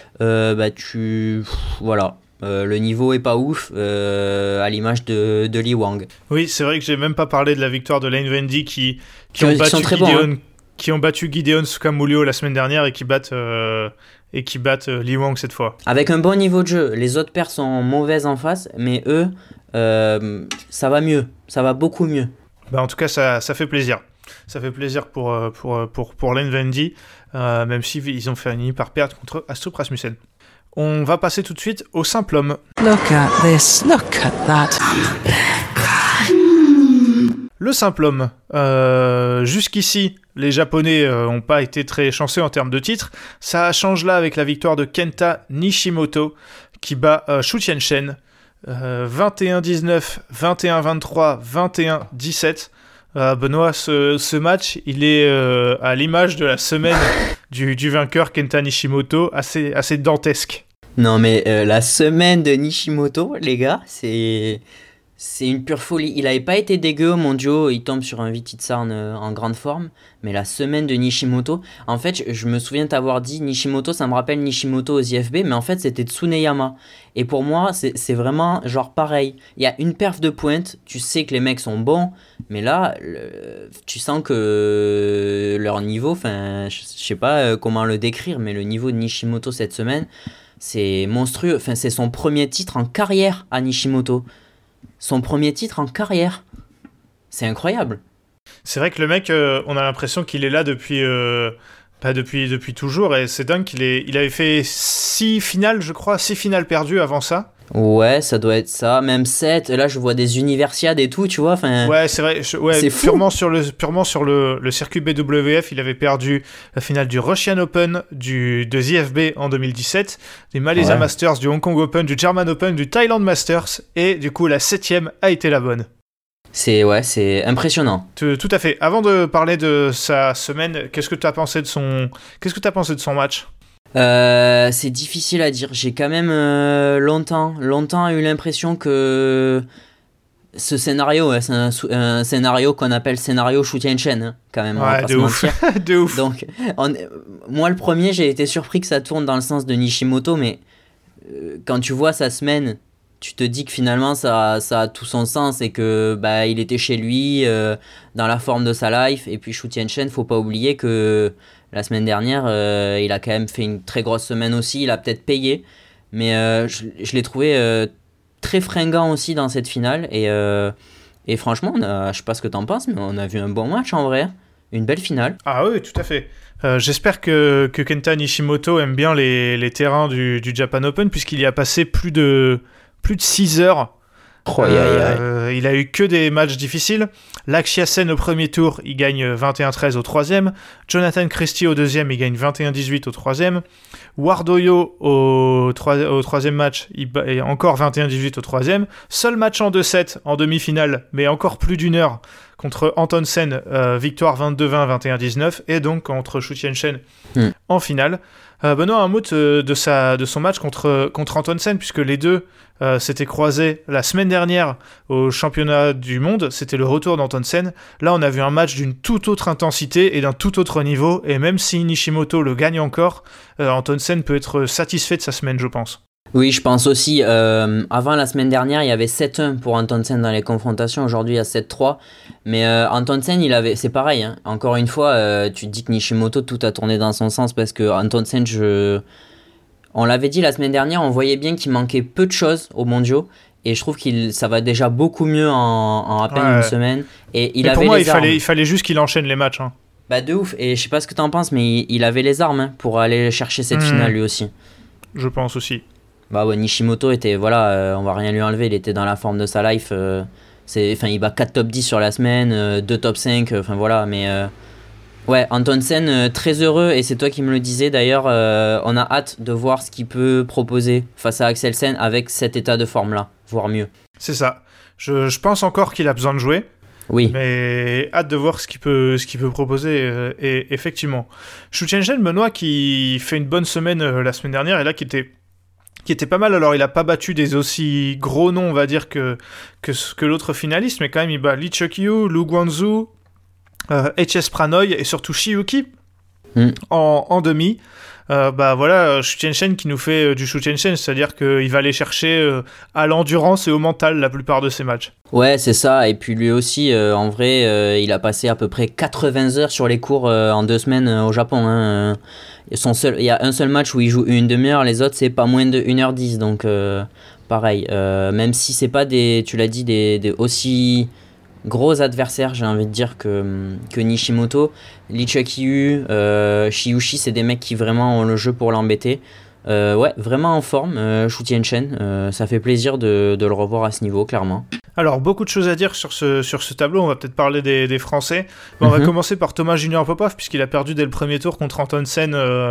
D: voilà. Le niveau est pas ouf à l'image de Li Wang.
A: Oui, c'est vrai que j'ai même pas parlé de la victoire de Lane Vendy qui ont battu Gideon Sukamulio la semaine dernière et qui battent Li Wang cette fois.
D: Avec un bon niveau de jeu, les autres paires sont mauvaises en face, mais eux, ça va mieux, ça va beaucoup mieux.
A: En tout cas, ça fait plaisir. Ça fait plaisir pour Lane Vendy, même si ils ont fini par perdre contre Astrup Rasmussen. On va passer tout de suite au simple homme.
B: Look at this, look at that.
A: Le simple homme. Jusqu'ici, les Japonais n'ont pas été très chanceux en termes de titres. Ça change là avec la victoire de Kenta Nishimoto qui bat Xu Tianchen 21-19, 21-23, 21-17. Benoît, ce match, il est à l'image de la semaine du vainqueur Kenta Nishimoto, assez dantesque.
D: Non mais la semaine de Nishimoto, les gars, c'est une pure folie. Il avait pas été dégueu au mondiaux, il tombe sur un Vititsarn en grande forme, mais la semaine de Nishimoto, en fait, je me souviens t'avoir dit Nishimoto, ça me rappelle Nishimoto aux IFB, mais en fait c'était Tsuneyama. Et pour moi, c'est vraiment genre pareil. Il y a une perf de pointe, tu sais que les mecs sont bons, mais là, tu sens que leur niveau, enfin, je sais pas comment le décrire, mais le niveau de Nishimoto cette semaine, c'est monstrueux. Enfin, c'est son premier titre en carrière à Nishimoto. Son premier titre en carrière. C'est incroyable.
A: C'est vrai que le mec, on a l'impression qu'il est là depuis toujours, et c'est dingue il avait fait 6 finales, je crois, 6 finales perdues avant ça.
D: Ouais, ça doit être ça, même 7. Là, je vois des universiades et tout, tu vois.
A: Ouais, c'est vrai. C'est purement sur le circuit BWF, il avait perdu la finale du Russian Open, de IFB en 2017, du Malaysia Masters, du Hong Kong Open, du German Open, du Thailand Masters, et du coup, la 7e a été la bonne.
D: C'est impressionnant.
A: Tout à fait. Avant de parler de sa semaine, qu'est-ce que tu as pensé de son match ?
D: C'est difficile à dire. J'ai quand même longtemps eu l'impression que ce scénario, c'est un scénario qu'on appelle scénario Shutienchen, hein, quand même.
A: Ouais, de ouf. De ouf.
D: Donc, moi, le premier, j'ai été surpris que ça tourne dans le sens de Nishimoto, mais quand tu vois sa semaine, tu te dis que finalement, ça a tout son sens et que il était chez lui, dans la forme de sa life. Et puis Shutienchen, faut pas oublier que la semaine dernière, il a quand même fait une très grosse semaine aussi. Il a peut-être payé, mais je l'ai trouvé très fringant aussi dans cette finale. Et franchement, je sais pas ce que t'en penses, mais on a vu un bon match en vrai. Une belle finale.
A: Ah oui, tout à fait. J'espère que Kenta Nishimoto aime bien les terrains du Japan Open, puisqu'il y a passé plus de 6 heures. Il a eu que des matchs difficiles. Lakshya Sen au premier tour, il gagne 21-13 au troisième. Jonathan Christie au deuxième, il gagne 21-18 au troisième. Wardoyo au troisième match, il est encore 21-18 au troisième. Seul match en 2-7 en demi-finale, mais encore plus d'une heure contre Antonsen, victoire 22-20, 21-19, et donc contre Shu Tianchen en finale. Benoît, un mot de son match contre Antonsen, puisque les deux s'étaient croisés la semaine dernière au championnat du monde. C'était le retour d'Antonsen. Là, on a vu un match d'une toute autre intensité et d'un tout autre niveau, et même si Nishimoto le gagne encore, Antonsen peut être satisfait de sa semaine, je pense.
D: Oui, je pense aussi. Avant la semaine dernière, il y avait 7-1 pour Antonsen dans les confrontations. Aujourd'hui, il y a 7-3. Mais Antonsen, c'est pareil. Hein. Encore une fois, tu te dis que Nishimoto, tout a tourné dans son sens parce que Antonsen, on l'avait dit la semaine dernière, on voyait bien qu'il manquait peu de choses aux mondiaux. Et je trouve que ça va déjà beaucoup mieux en à peine une semaine. Et
A: pour moi, il fallait juste qu'il enchaîne les matchs. Hein.
D: De ouf. Et je sais pas ce que t'en penses, mais il avait les armes pour aller chercher cette finale lui aussi.
A: Je pense aussi.
D: Nishimoto était, on va rien lui enlever, il était dans la forme de sa life. Il bat 4 top 10 sur la semaine, 2 top 5, mais Antonsen, très heureux, et c'est toi qui me le disais d'ailleurs, on a hâte de voir ce qu'il peut proposer face à Axelsen avec cet état de forme-là, voire mieux.
A: C'est ça. Je pense encore qu'il a besoin de jouer.
D: Oui.
A: Mais hâte de voir ce qu'il peut proposer. Et effectivement. Shu Tianchen, Benoît, qui fait une bonne semaine la semaine dernière, et là qui était pas mal. Alors, il a pas battu des aussi gros noms, on va dire, que l'autre finaliste, mais quand même, il bat Lee Chuk-yu, Lu Guanzu, HS Pranoy et surtout Shiyuki en demi. Shu Tianchen qui nous fait du Shu Tianchen, c'est-à-dire qu'il va aller chercher à l'endurance et au mental la plupart de ses matchs.
D: Ouais, c'est ça. Et puis lui aussi, en vrai, il a passé à peu près 80 heures sur les cours en 2 semaines au Japon. Hein. Il y a un seul match où il joue une demi-heure, les autres c'est pas moins de 1h10. Donc pareil, même si c'est pas tu l'as dit, des aussi gros adversaires, j'ai envie de dire, que Nishimoto, Lee Chuk-yu, Shiyushi, c'est des mecs qui vraiment ont le jeu pour l'embêter. Vraiment en forme, Shu Tianchen, ça fait plaisir de le revoir à ce niveau, clairement.
A: Alors, beaucoup de choses à dire sur ce tableau, on va peut-être parler des Français. On va commencer par Thomas Junior Popov, puisqu'il a perdu dès le premier tour contre Antonsen,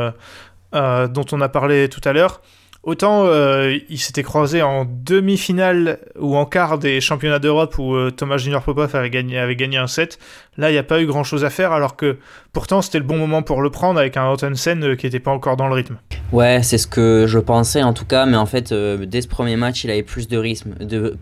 A: dont on a parlé tout à l'heure. Autant il s'était croisé en demi-finale ou en quart des championnats d'Europe où Thomas Junior Popov avait gagné un set. Là, il n'y a pas eu grand-chose à faire, alors que pourtant c'était le bon moment pour le prendre avec un Antonsen qui n'était pas encore dans le rythme.
D: Ouais, c'est ce que je pensais en tout cas, mais en fait, dès ce premier match, il avait plus de rythme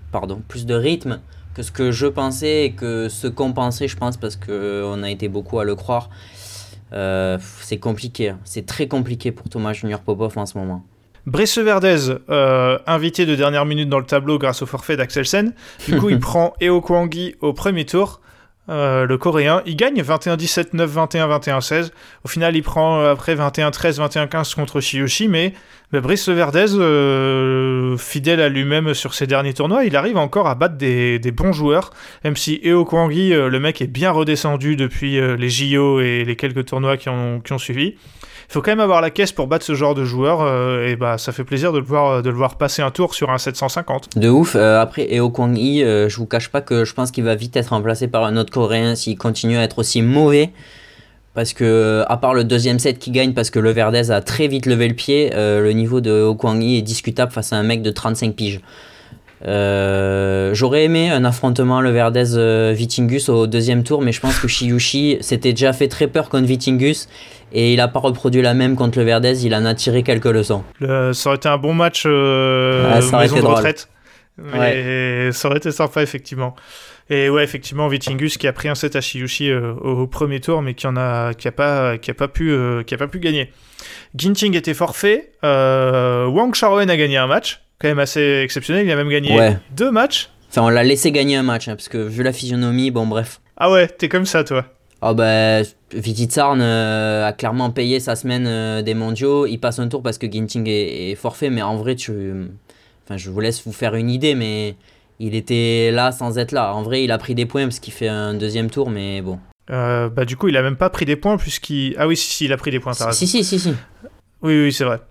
D: que ce que je pensais et que ce qu'on pensait, je pense, parce qu'on a été beaucoup à le croire. C'est compliqué, c'est très compliqué pour Thomas Junior Popov en ce moment.
A: Brice Verdez, invité de dernière minute dans le tableau grâce au forfait d'Axelsen. Du coup, il prend Eo Kwang-gi au premier tour, le coréen. Il gagne 21-17, 9-21, 21-16. Au final, il prend après 21-13, 21-15 contre Shiyushi, mais Brice Verdez, fidèle à lui-même sur ses derniers tournois, il arrive encore à battre des bons joueurs, même si Eo Kwang-gi, le mec est bien redescendu depuis les JO et les quelques tournois qui ont suivi. Il faut quand même avoir la caisse pour battre ce genre de joueur, et ça fait plaisir de le voir passer un tour sur un 750.
D: De ouf. Après Eo Kwang-gi, je vous cache pas que je pense qu'il va vite être remplacé par un autre coréen s'il continue à être aussi mauvais, parce que à part le deuxième set qui gagne parce que le Verdez a très vite levé le pied, le niveau de Eo Kwang-gi est discutable face à un mec de 35 piges. J'aurais aimé un affrontement le Verdez-Vitingus au deuxième tour, mais je pense que Shiyushi s'était déjà fait très peur contre Vitingus et il n'a pas reproduit la même contre le Verdez, il en a tiré quelques leçons.
A: Ça aurait été un bon match
D: ça aurait
A: maison
D: été
A: de
D: drôle.
A: retraite. Mais ça aurait été sympa, effectivement. Et ouais, effectivement, Vitingus qui a pris un set à Shiyushi au premier tour, mais qui a pas pu gagner. Ginting était forfait. Wang Chaoen a gagné un match, quand même assez exceptionnel. Il a même gagné 2 matchs.
D: Enfin, on l'a laissé gagner un match, hein, parce que vu la physionomie, bon, bref.
A: Ah ouais, t'es comme ça, toi.
D: Oh bah, Vititsarn a clairement payé sa semaine des mondiaux. Il passe un tour parce que Ginting est forfait, mais en vrai, je vous laisse vous faire une idée, mais il était là sans être là. En vrai, il a pris des points parce qu'il fait un deuxième tour, mais bon.
A: Du coup, il a même pas pris des points puisqu'il... Ah oui, si, il a pris des points, t'as raison.
D: Si.
A: Oui, c'est vrai.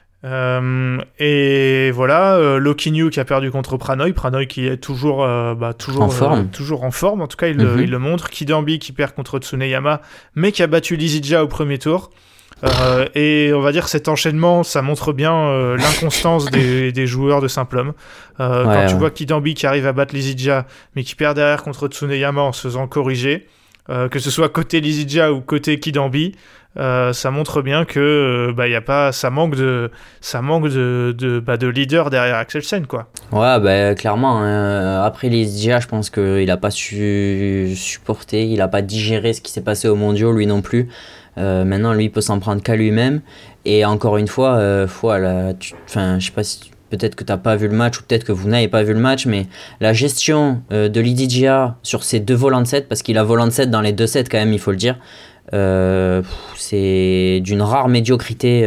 A: Et voilà, Lokinyu qui a perdu contre Pranoy qui est toujours en forme, en tout cas il le montre. Kidambi qui perd contre Tsuneyama mais qui a battu Lizidja au premier tour. Et on va dire cet enchaînement, ça montre bien l'inconstance des joueurs de simple homme. Quand tu vois Kidambi qui arrive à battre Lizidja mais qui perd derrière contre Tsuneyama en se faisant corriger, que ce soit côté Lizidja ou côté Kidambi, ça montre bien que ça manque de leader derrière Axelsen, quoi.
D: Ouais, clairement, après Lizidja, je pense qu'il a pas su supporter, il a pas digéré ce qui s'est passé au mondiaux, lui non plus. Maintenant, lui, il peut s'en prendre qu'à lui-même. Et encore une fois, je sais pas si peut-être que t'as pas vu le match ou peut-être que vous n'avez pas vu le match, mais la gestion de Lizidja sur ses 2 volants de 7, parce qu'il a volant de 7 dans les 2 sets quand même, il faut le dire, c'est d'une rare médiocrité.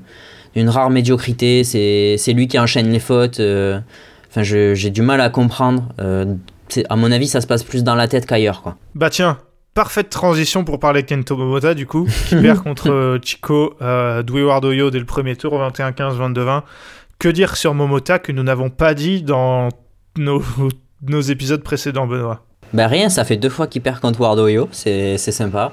D: C'est lui qui enchaîne les fautes. J'ai du mal à comprendre. À mon avis, ça se passe plus dans la tête qu'ailleurs, quoi.
A: Bah tiens, parfaite transition pour parler de Kento Momota, du coup, qui perd contre Chico Dwaywardoyo dès le premier tour, 21-15, 22-20. Que dire sur Momota que nous n'avons pas dit dans nos épisodes précédents, Benoît?
D: Rien, ça fait 2 fois qu'il perd contre Wardoyo, c'est sympa.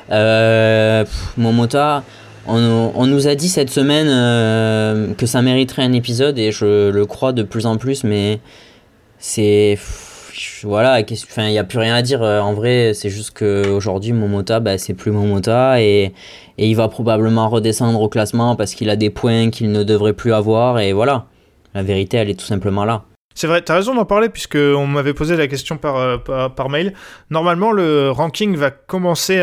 D: Momota, on nous a dit cette semaine que ça mériterait un épisode et je le crois de plus en plus, mais c'est... Voilà, il n'y a plus rien à dire. En vrai, c'est juste qu'aujourd'hui, Momota, c'est plus Momota et il va probablement redescendre au classement parce qu'il a des points qu'il ne devrait plus avoir. Et voilà, la vérité, elle est tout simplement là.
A: C'est vrai, t'as raison d'en parler puisqu'on m'avait posé la question par mail. Normalement, le ranking va commencer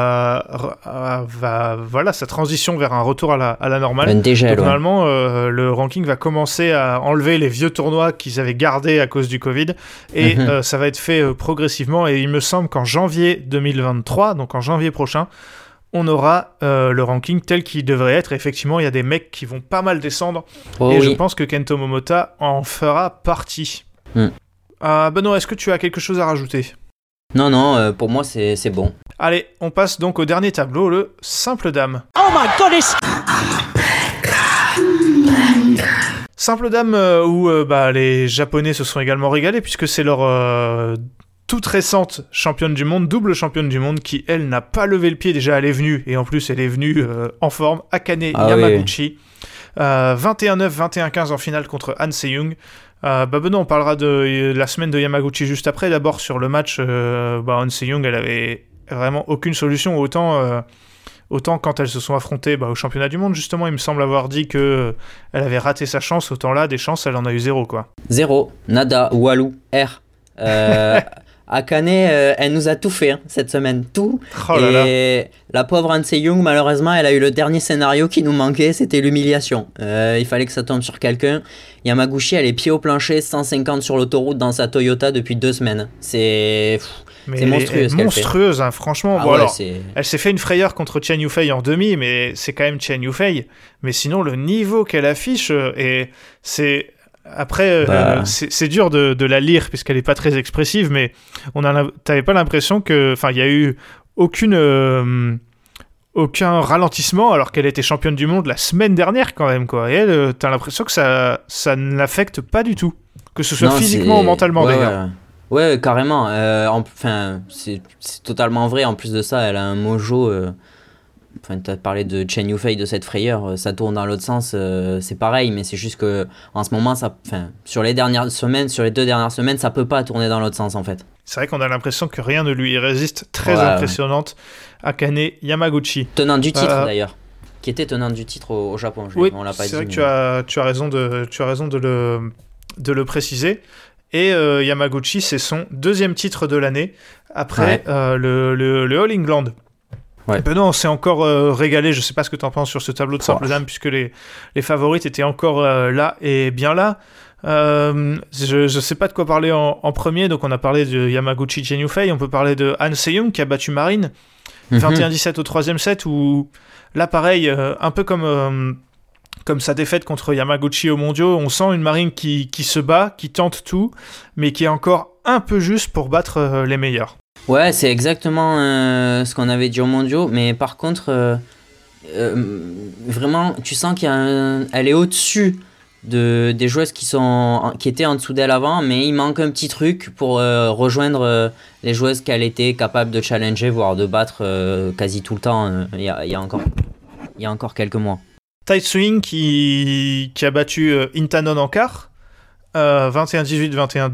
A: sa transition vers un retour à la normale.
D: Dégel,
A: donc, normalement, le ranking va commencer à enlever les vieux tournois qu'ils avaient gardés à cause du Covid et ça va être fait progressivement. Et il me semble qu'en janvier 2023, donc en janvier prochain, on aura le ranking tel qu'il devrait être. Effectivement, il y a des mecs qui vont pas mal descendre. Je pense que Kento Momota en fera partie. Benoît, est-ce que tu as quelque chose à rajouter?
D: Non, pour moi, c'est bon.
A: Allez, on passe donc au dernier tableau, le simple dame.
B: Oh my goodness!
A: Simple dame où les Japonais se sont également régalés puisque c'est leur... toute récente championne du monde, double championne du monde, qui, elle, n'a pas levé le pied. Déjà, elle est venue, et en plus, elle est venue en forme. Akane Yamaguchi. 21-9, 21-15 en finale contre Han Se-young. Benoît, on parlera de la semaine de Yamaguchi juste après. D'abord, sur le match, Han Se-young, elle avait vraiment aucune solution. Autant quand elles se sont affrontées au championnat du monde, justement, il me semble avoir dit qu'elle avait raté sa chance. Autant là, des chances, elle en a eu 0, quoi.
D: 0, nada, walou, R. Akane, elle nous a tout fait cette semaine, tout. La pauvre Han Se-young, malheureusement, elle a eu le dernier scénario qui nous manquait, c'était l'humiliation. Il fallait que ça tombe sur quelqu'un. Yamaguchi, elle est pied au plancher, 150 sur l'autoroute dans sa Toyota depuis 2 semaines. C'est monstrueux ce qu'elle fait.
A: Monstrueuse, franchement. Elle s'est fait une frayeur contre Chen Yufei en demi, mais c'est quand même Chen Yufei. Mais sinon, le niveau qu'elle affiche, c'est... Après, c'est dur de la lire puisqu'elle n'est pas très expressive, mais t'avais pas l'impression que, il y a eu aucun ralentissement alors qu'elle était championne du monde la semaine dernière quand même, quoi. Et elle, t'as l'impression que ça ne l'affecte pas du tout, que ce soit physiquement ou mentalement d'ailleurs.
D: Ouais, carrément. C'est totalement vrai. En plus de ça, elle a un mojo t'as parlé de Chen Yufei, de cette frayeur, ça tourne dans l'autre sens, c'est pareil, mais c'est juste que en ce moment, sur les 2 dernières semaines, ça peut pas tourner dans l'autre sens en fait.
A: C'est vrai qu'on a l'impression que rien ne lui résiste. Très impressionnante, Akane Yamaguchi.
D: Tenant du titre d'ailleurs, qui était tenant du titre au Japon. On l'a pas dit.
A: C'est vrai que tu as raison de le préciser. Et Yamaguchi, c'est son 2e titre de l'année après le All England. Ouais. Benoît, on s'est encore régalé. Je sais pas ce que tu en penses sur ce tableau de simple dame, puisque les favorites étaient encore là et bien là. Je sais pas de quoi parler en premier, donc on a parlé de Yamaguchi Chen Yufei, on peut parler de Han Se-young qui a battu Marine 21-17 au 3e set, où là pareil, un peu comme sa défaite contre Yamaguchi aux mondiaux, on sent une Marine qui se bat, qui tente tout, mais qui est encore un peu juste pour battre les meilleurs.
D: Ouais, c'est exactement ce qu'on avait dit aux mondiaux, mais par contre, vraiment, tu sens qu'elle est au-dessus des joueuses qui étaient en dessous d'elle avant, mais il manque un petit truc pour rejoindre les joueuses qu'elle était capable de challenger, voire de battre quasi tout le temps il y a encore quelques mois.
A: Tai Tzu-Ying qui a battu Intanon en quart, 21-18,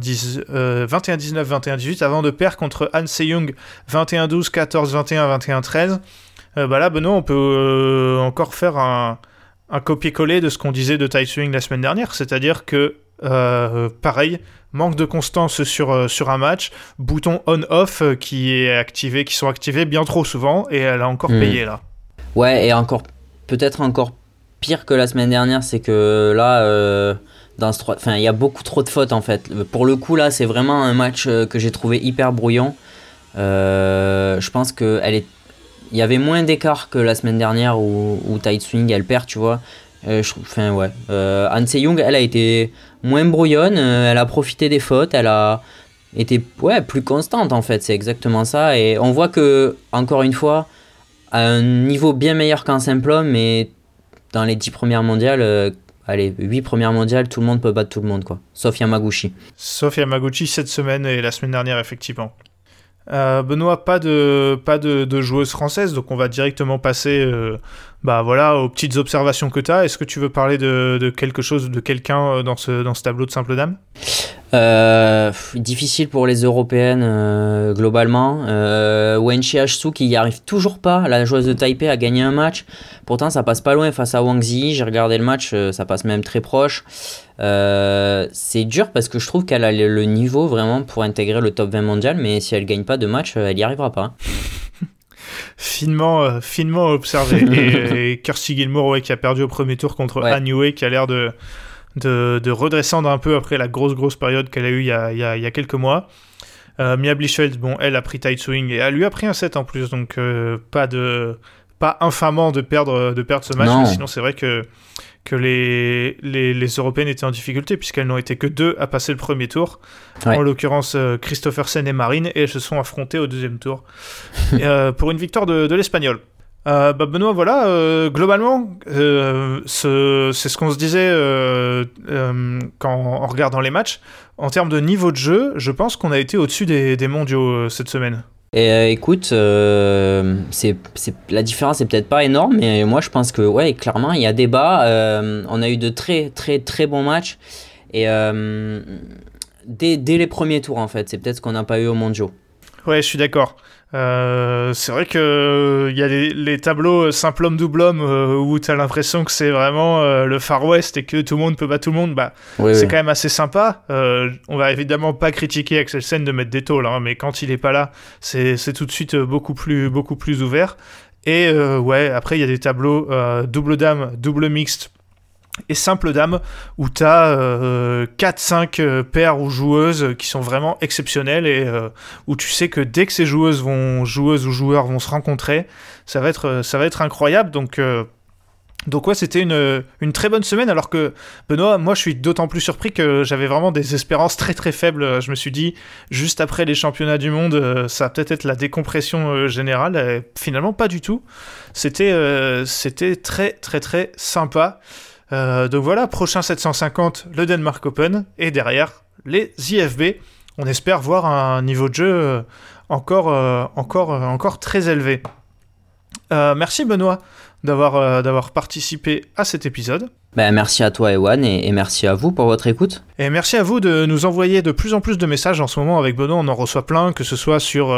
A: 21-19, 21-18, avant de perdre contre Han Se-young 21-12, 14-21, 21-13. Là, Benoît, on peut encore faire un copier-coller de ce qu'on disait de Tai Tzu-Ying la semaine dernière, c'est-à-dire que, pareil, manque de constance sur un match, bouton on-off qui sont activés bien trop souvent, et elle a encore payé là.
D: Ouais, et peut-être encore pire que la semaine dernière, c'est que là, il y a beaucoup trop de fautes en fait. Pour le coup, là, c'est vraiment un match que j'ai trouvé hyper brouillon. Je pense qu'il y avait moins d'écart que la semaine dernière où Tai Tzu-Ying elle perd, tu vois. Han Se-young, elle a été moins brouillonne, elle a profité des fautes, elle a été plus constante en fait, c'est exactement ça. Et on voit que, encore une fois, à un niveau bien meilleur qu'en simple homme, mais dans les 10 premières mondiales, 8 premières mondiales, tout le monde peut battre tout le monde, quoi. Sauf Yamaguchi.
A: Sauf Yamaguchi cette semaine et la semaine dernière, effectivement. Benoît, pas de joueuse française, donc on va directement passer aux petites observations que tu as. Est-ce que tu veux parler de quelque chose, de quelqu'un dans ce tableau de simple dame ?
D: Difficile pour les européennes globalement. Wen Qiaxu qui n'y arrive toujours pas, la joueuse de Taipei a gagné un match, pourtant ça passe pas loin face à Wang Zi. J'ai regardé le match, ça passe même très proche. C'est dur parce que je trouve qu'elle a le niveau vraiment pour intégrer le top 20 mondial, mais si elle gagne pas de match, elle y arrivera pas.
A: Finement observé. et Kirsty Gilmour qui a perdu au premier tour contre Han Yue, qui a l'air de redescendre un peu après la grosse période qu'elle a eue il y a quelques mois. Mia Blichfeld, elle a pris Tai Tzu-Ying et elle lui a pris un set en plus, donc pas infamant de perdre ce match, mais sinon c'est vrai que les Européennes étaient en difficulté puisqu'elles n'ont été que 2 à passer le premier tour, en l'occurrence Christophersen et Marine, et elles se sont affrontées au deuxième tour pour une victoire de l'Espagnol. Benoît, voilà, globalement, c'est ce qu'on se disait en regardant les matchs. En termes de niveau de jeu, je pense qu'on a été au-dessus des mondiaux cette semaine.
D: Et écoute, la différence est peut-être pas énorme, mais moi je pense que clairement il y a débat. On a eu de très très très bons matchs et dès les premiers tours en fait, c'est peut-être ce qu'on n'a pas eu aux mondiaux.
A: Ouais, je suis d'accord. C'est vrai que il y a les tableaux simple homme double homme où tu as l'impression que c'est vraiment le Far West et que tout le monde peut battre tout le monde. C'est quand même assez sympa. On va évidemment pas critiquer Axel Sen de mettre des tôles, mais quand il est pas là, c'est tout de suite beaucoup plus ouvert. Et après il y a des tableaux double dame, double mixte et simple dame où tu as 4-5 paires ou joueuses qui sont vraiment exceptionnelles et où tu sais que dès que ces joueuses ou joueurs vont se rencontrer, ça va être incroyable. Donc c'était une très bonne semaine, alors que Benoît, moi je suis d'autant plus surpris que j'avais vraiment des espérances très très faibles. Je me suis dit, juste après les championnats du monde, ça va peut-être être la décompression générale. Et finalement pas du tout. C'était très très très sympa. Donc voilà, prochain 750, le Denmark Open, et derrière les IFB. On espère voir un niveau de jeu encore très élevé. Merci Benoît d'avoir participé à cet épisode.
D: Merci à toi Ewan et merci à vous pour votre écoute.
A: Et merci à vous de nous envoyer de plus en plus de messages en ce moment. Avec Benoît, on en reçoit plein, que ce soit sur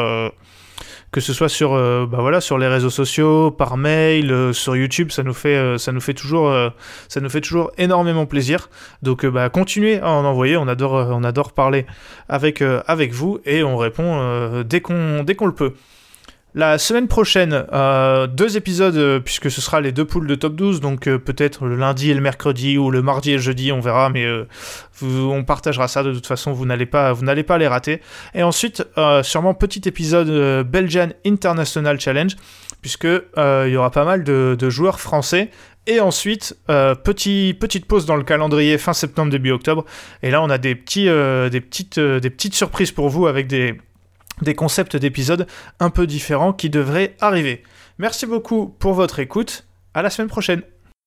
A: sur les réseaux sociaux, par mail, sur YouTube. Ça nous fait toujours énormément plaisir. Donc continuez à en envoyer. On adore parler avec vous et on répond dès qu'on le peut. La semaine prochaine, 2 épisodes, puisque ce sera les 2 poules de top 12, donc peut-être le lundi et le mercredi, ou le mardi et le jeudi, on verra, mais on partagera ça de toute façon, vous n'allez pas les rater. Et ensuite, sûrement petit épisode Belgian International Challenge, puisque il y aura pas mal de joueurs français. Et ensuite, petite pause dans le calendrier fin septembre, début octobre. Et là, on a des petites surprises pour vous avec des concepts d'épisodes un peu différents qui devraient arriver. Merci beaucoup pour votre écoute. À la semaine prochaine.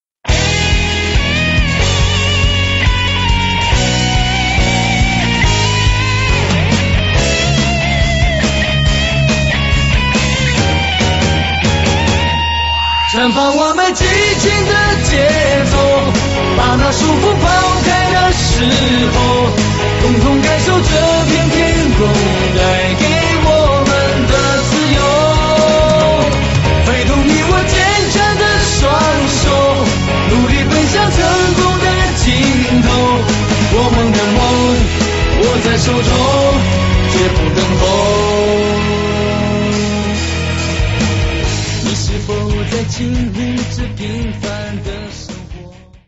B: 绽放我们激情的节奏，把那束缚抛开的时候，共同感受这片天空带给我们的自由，挥动你我坚强的双手，努力奔向成功的尽头，我们的梦握在手中。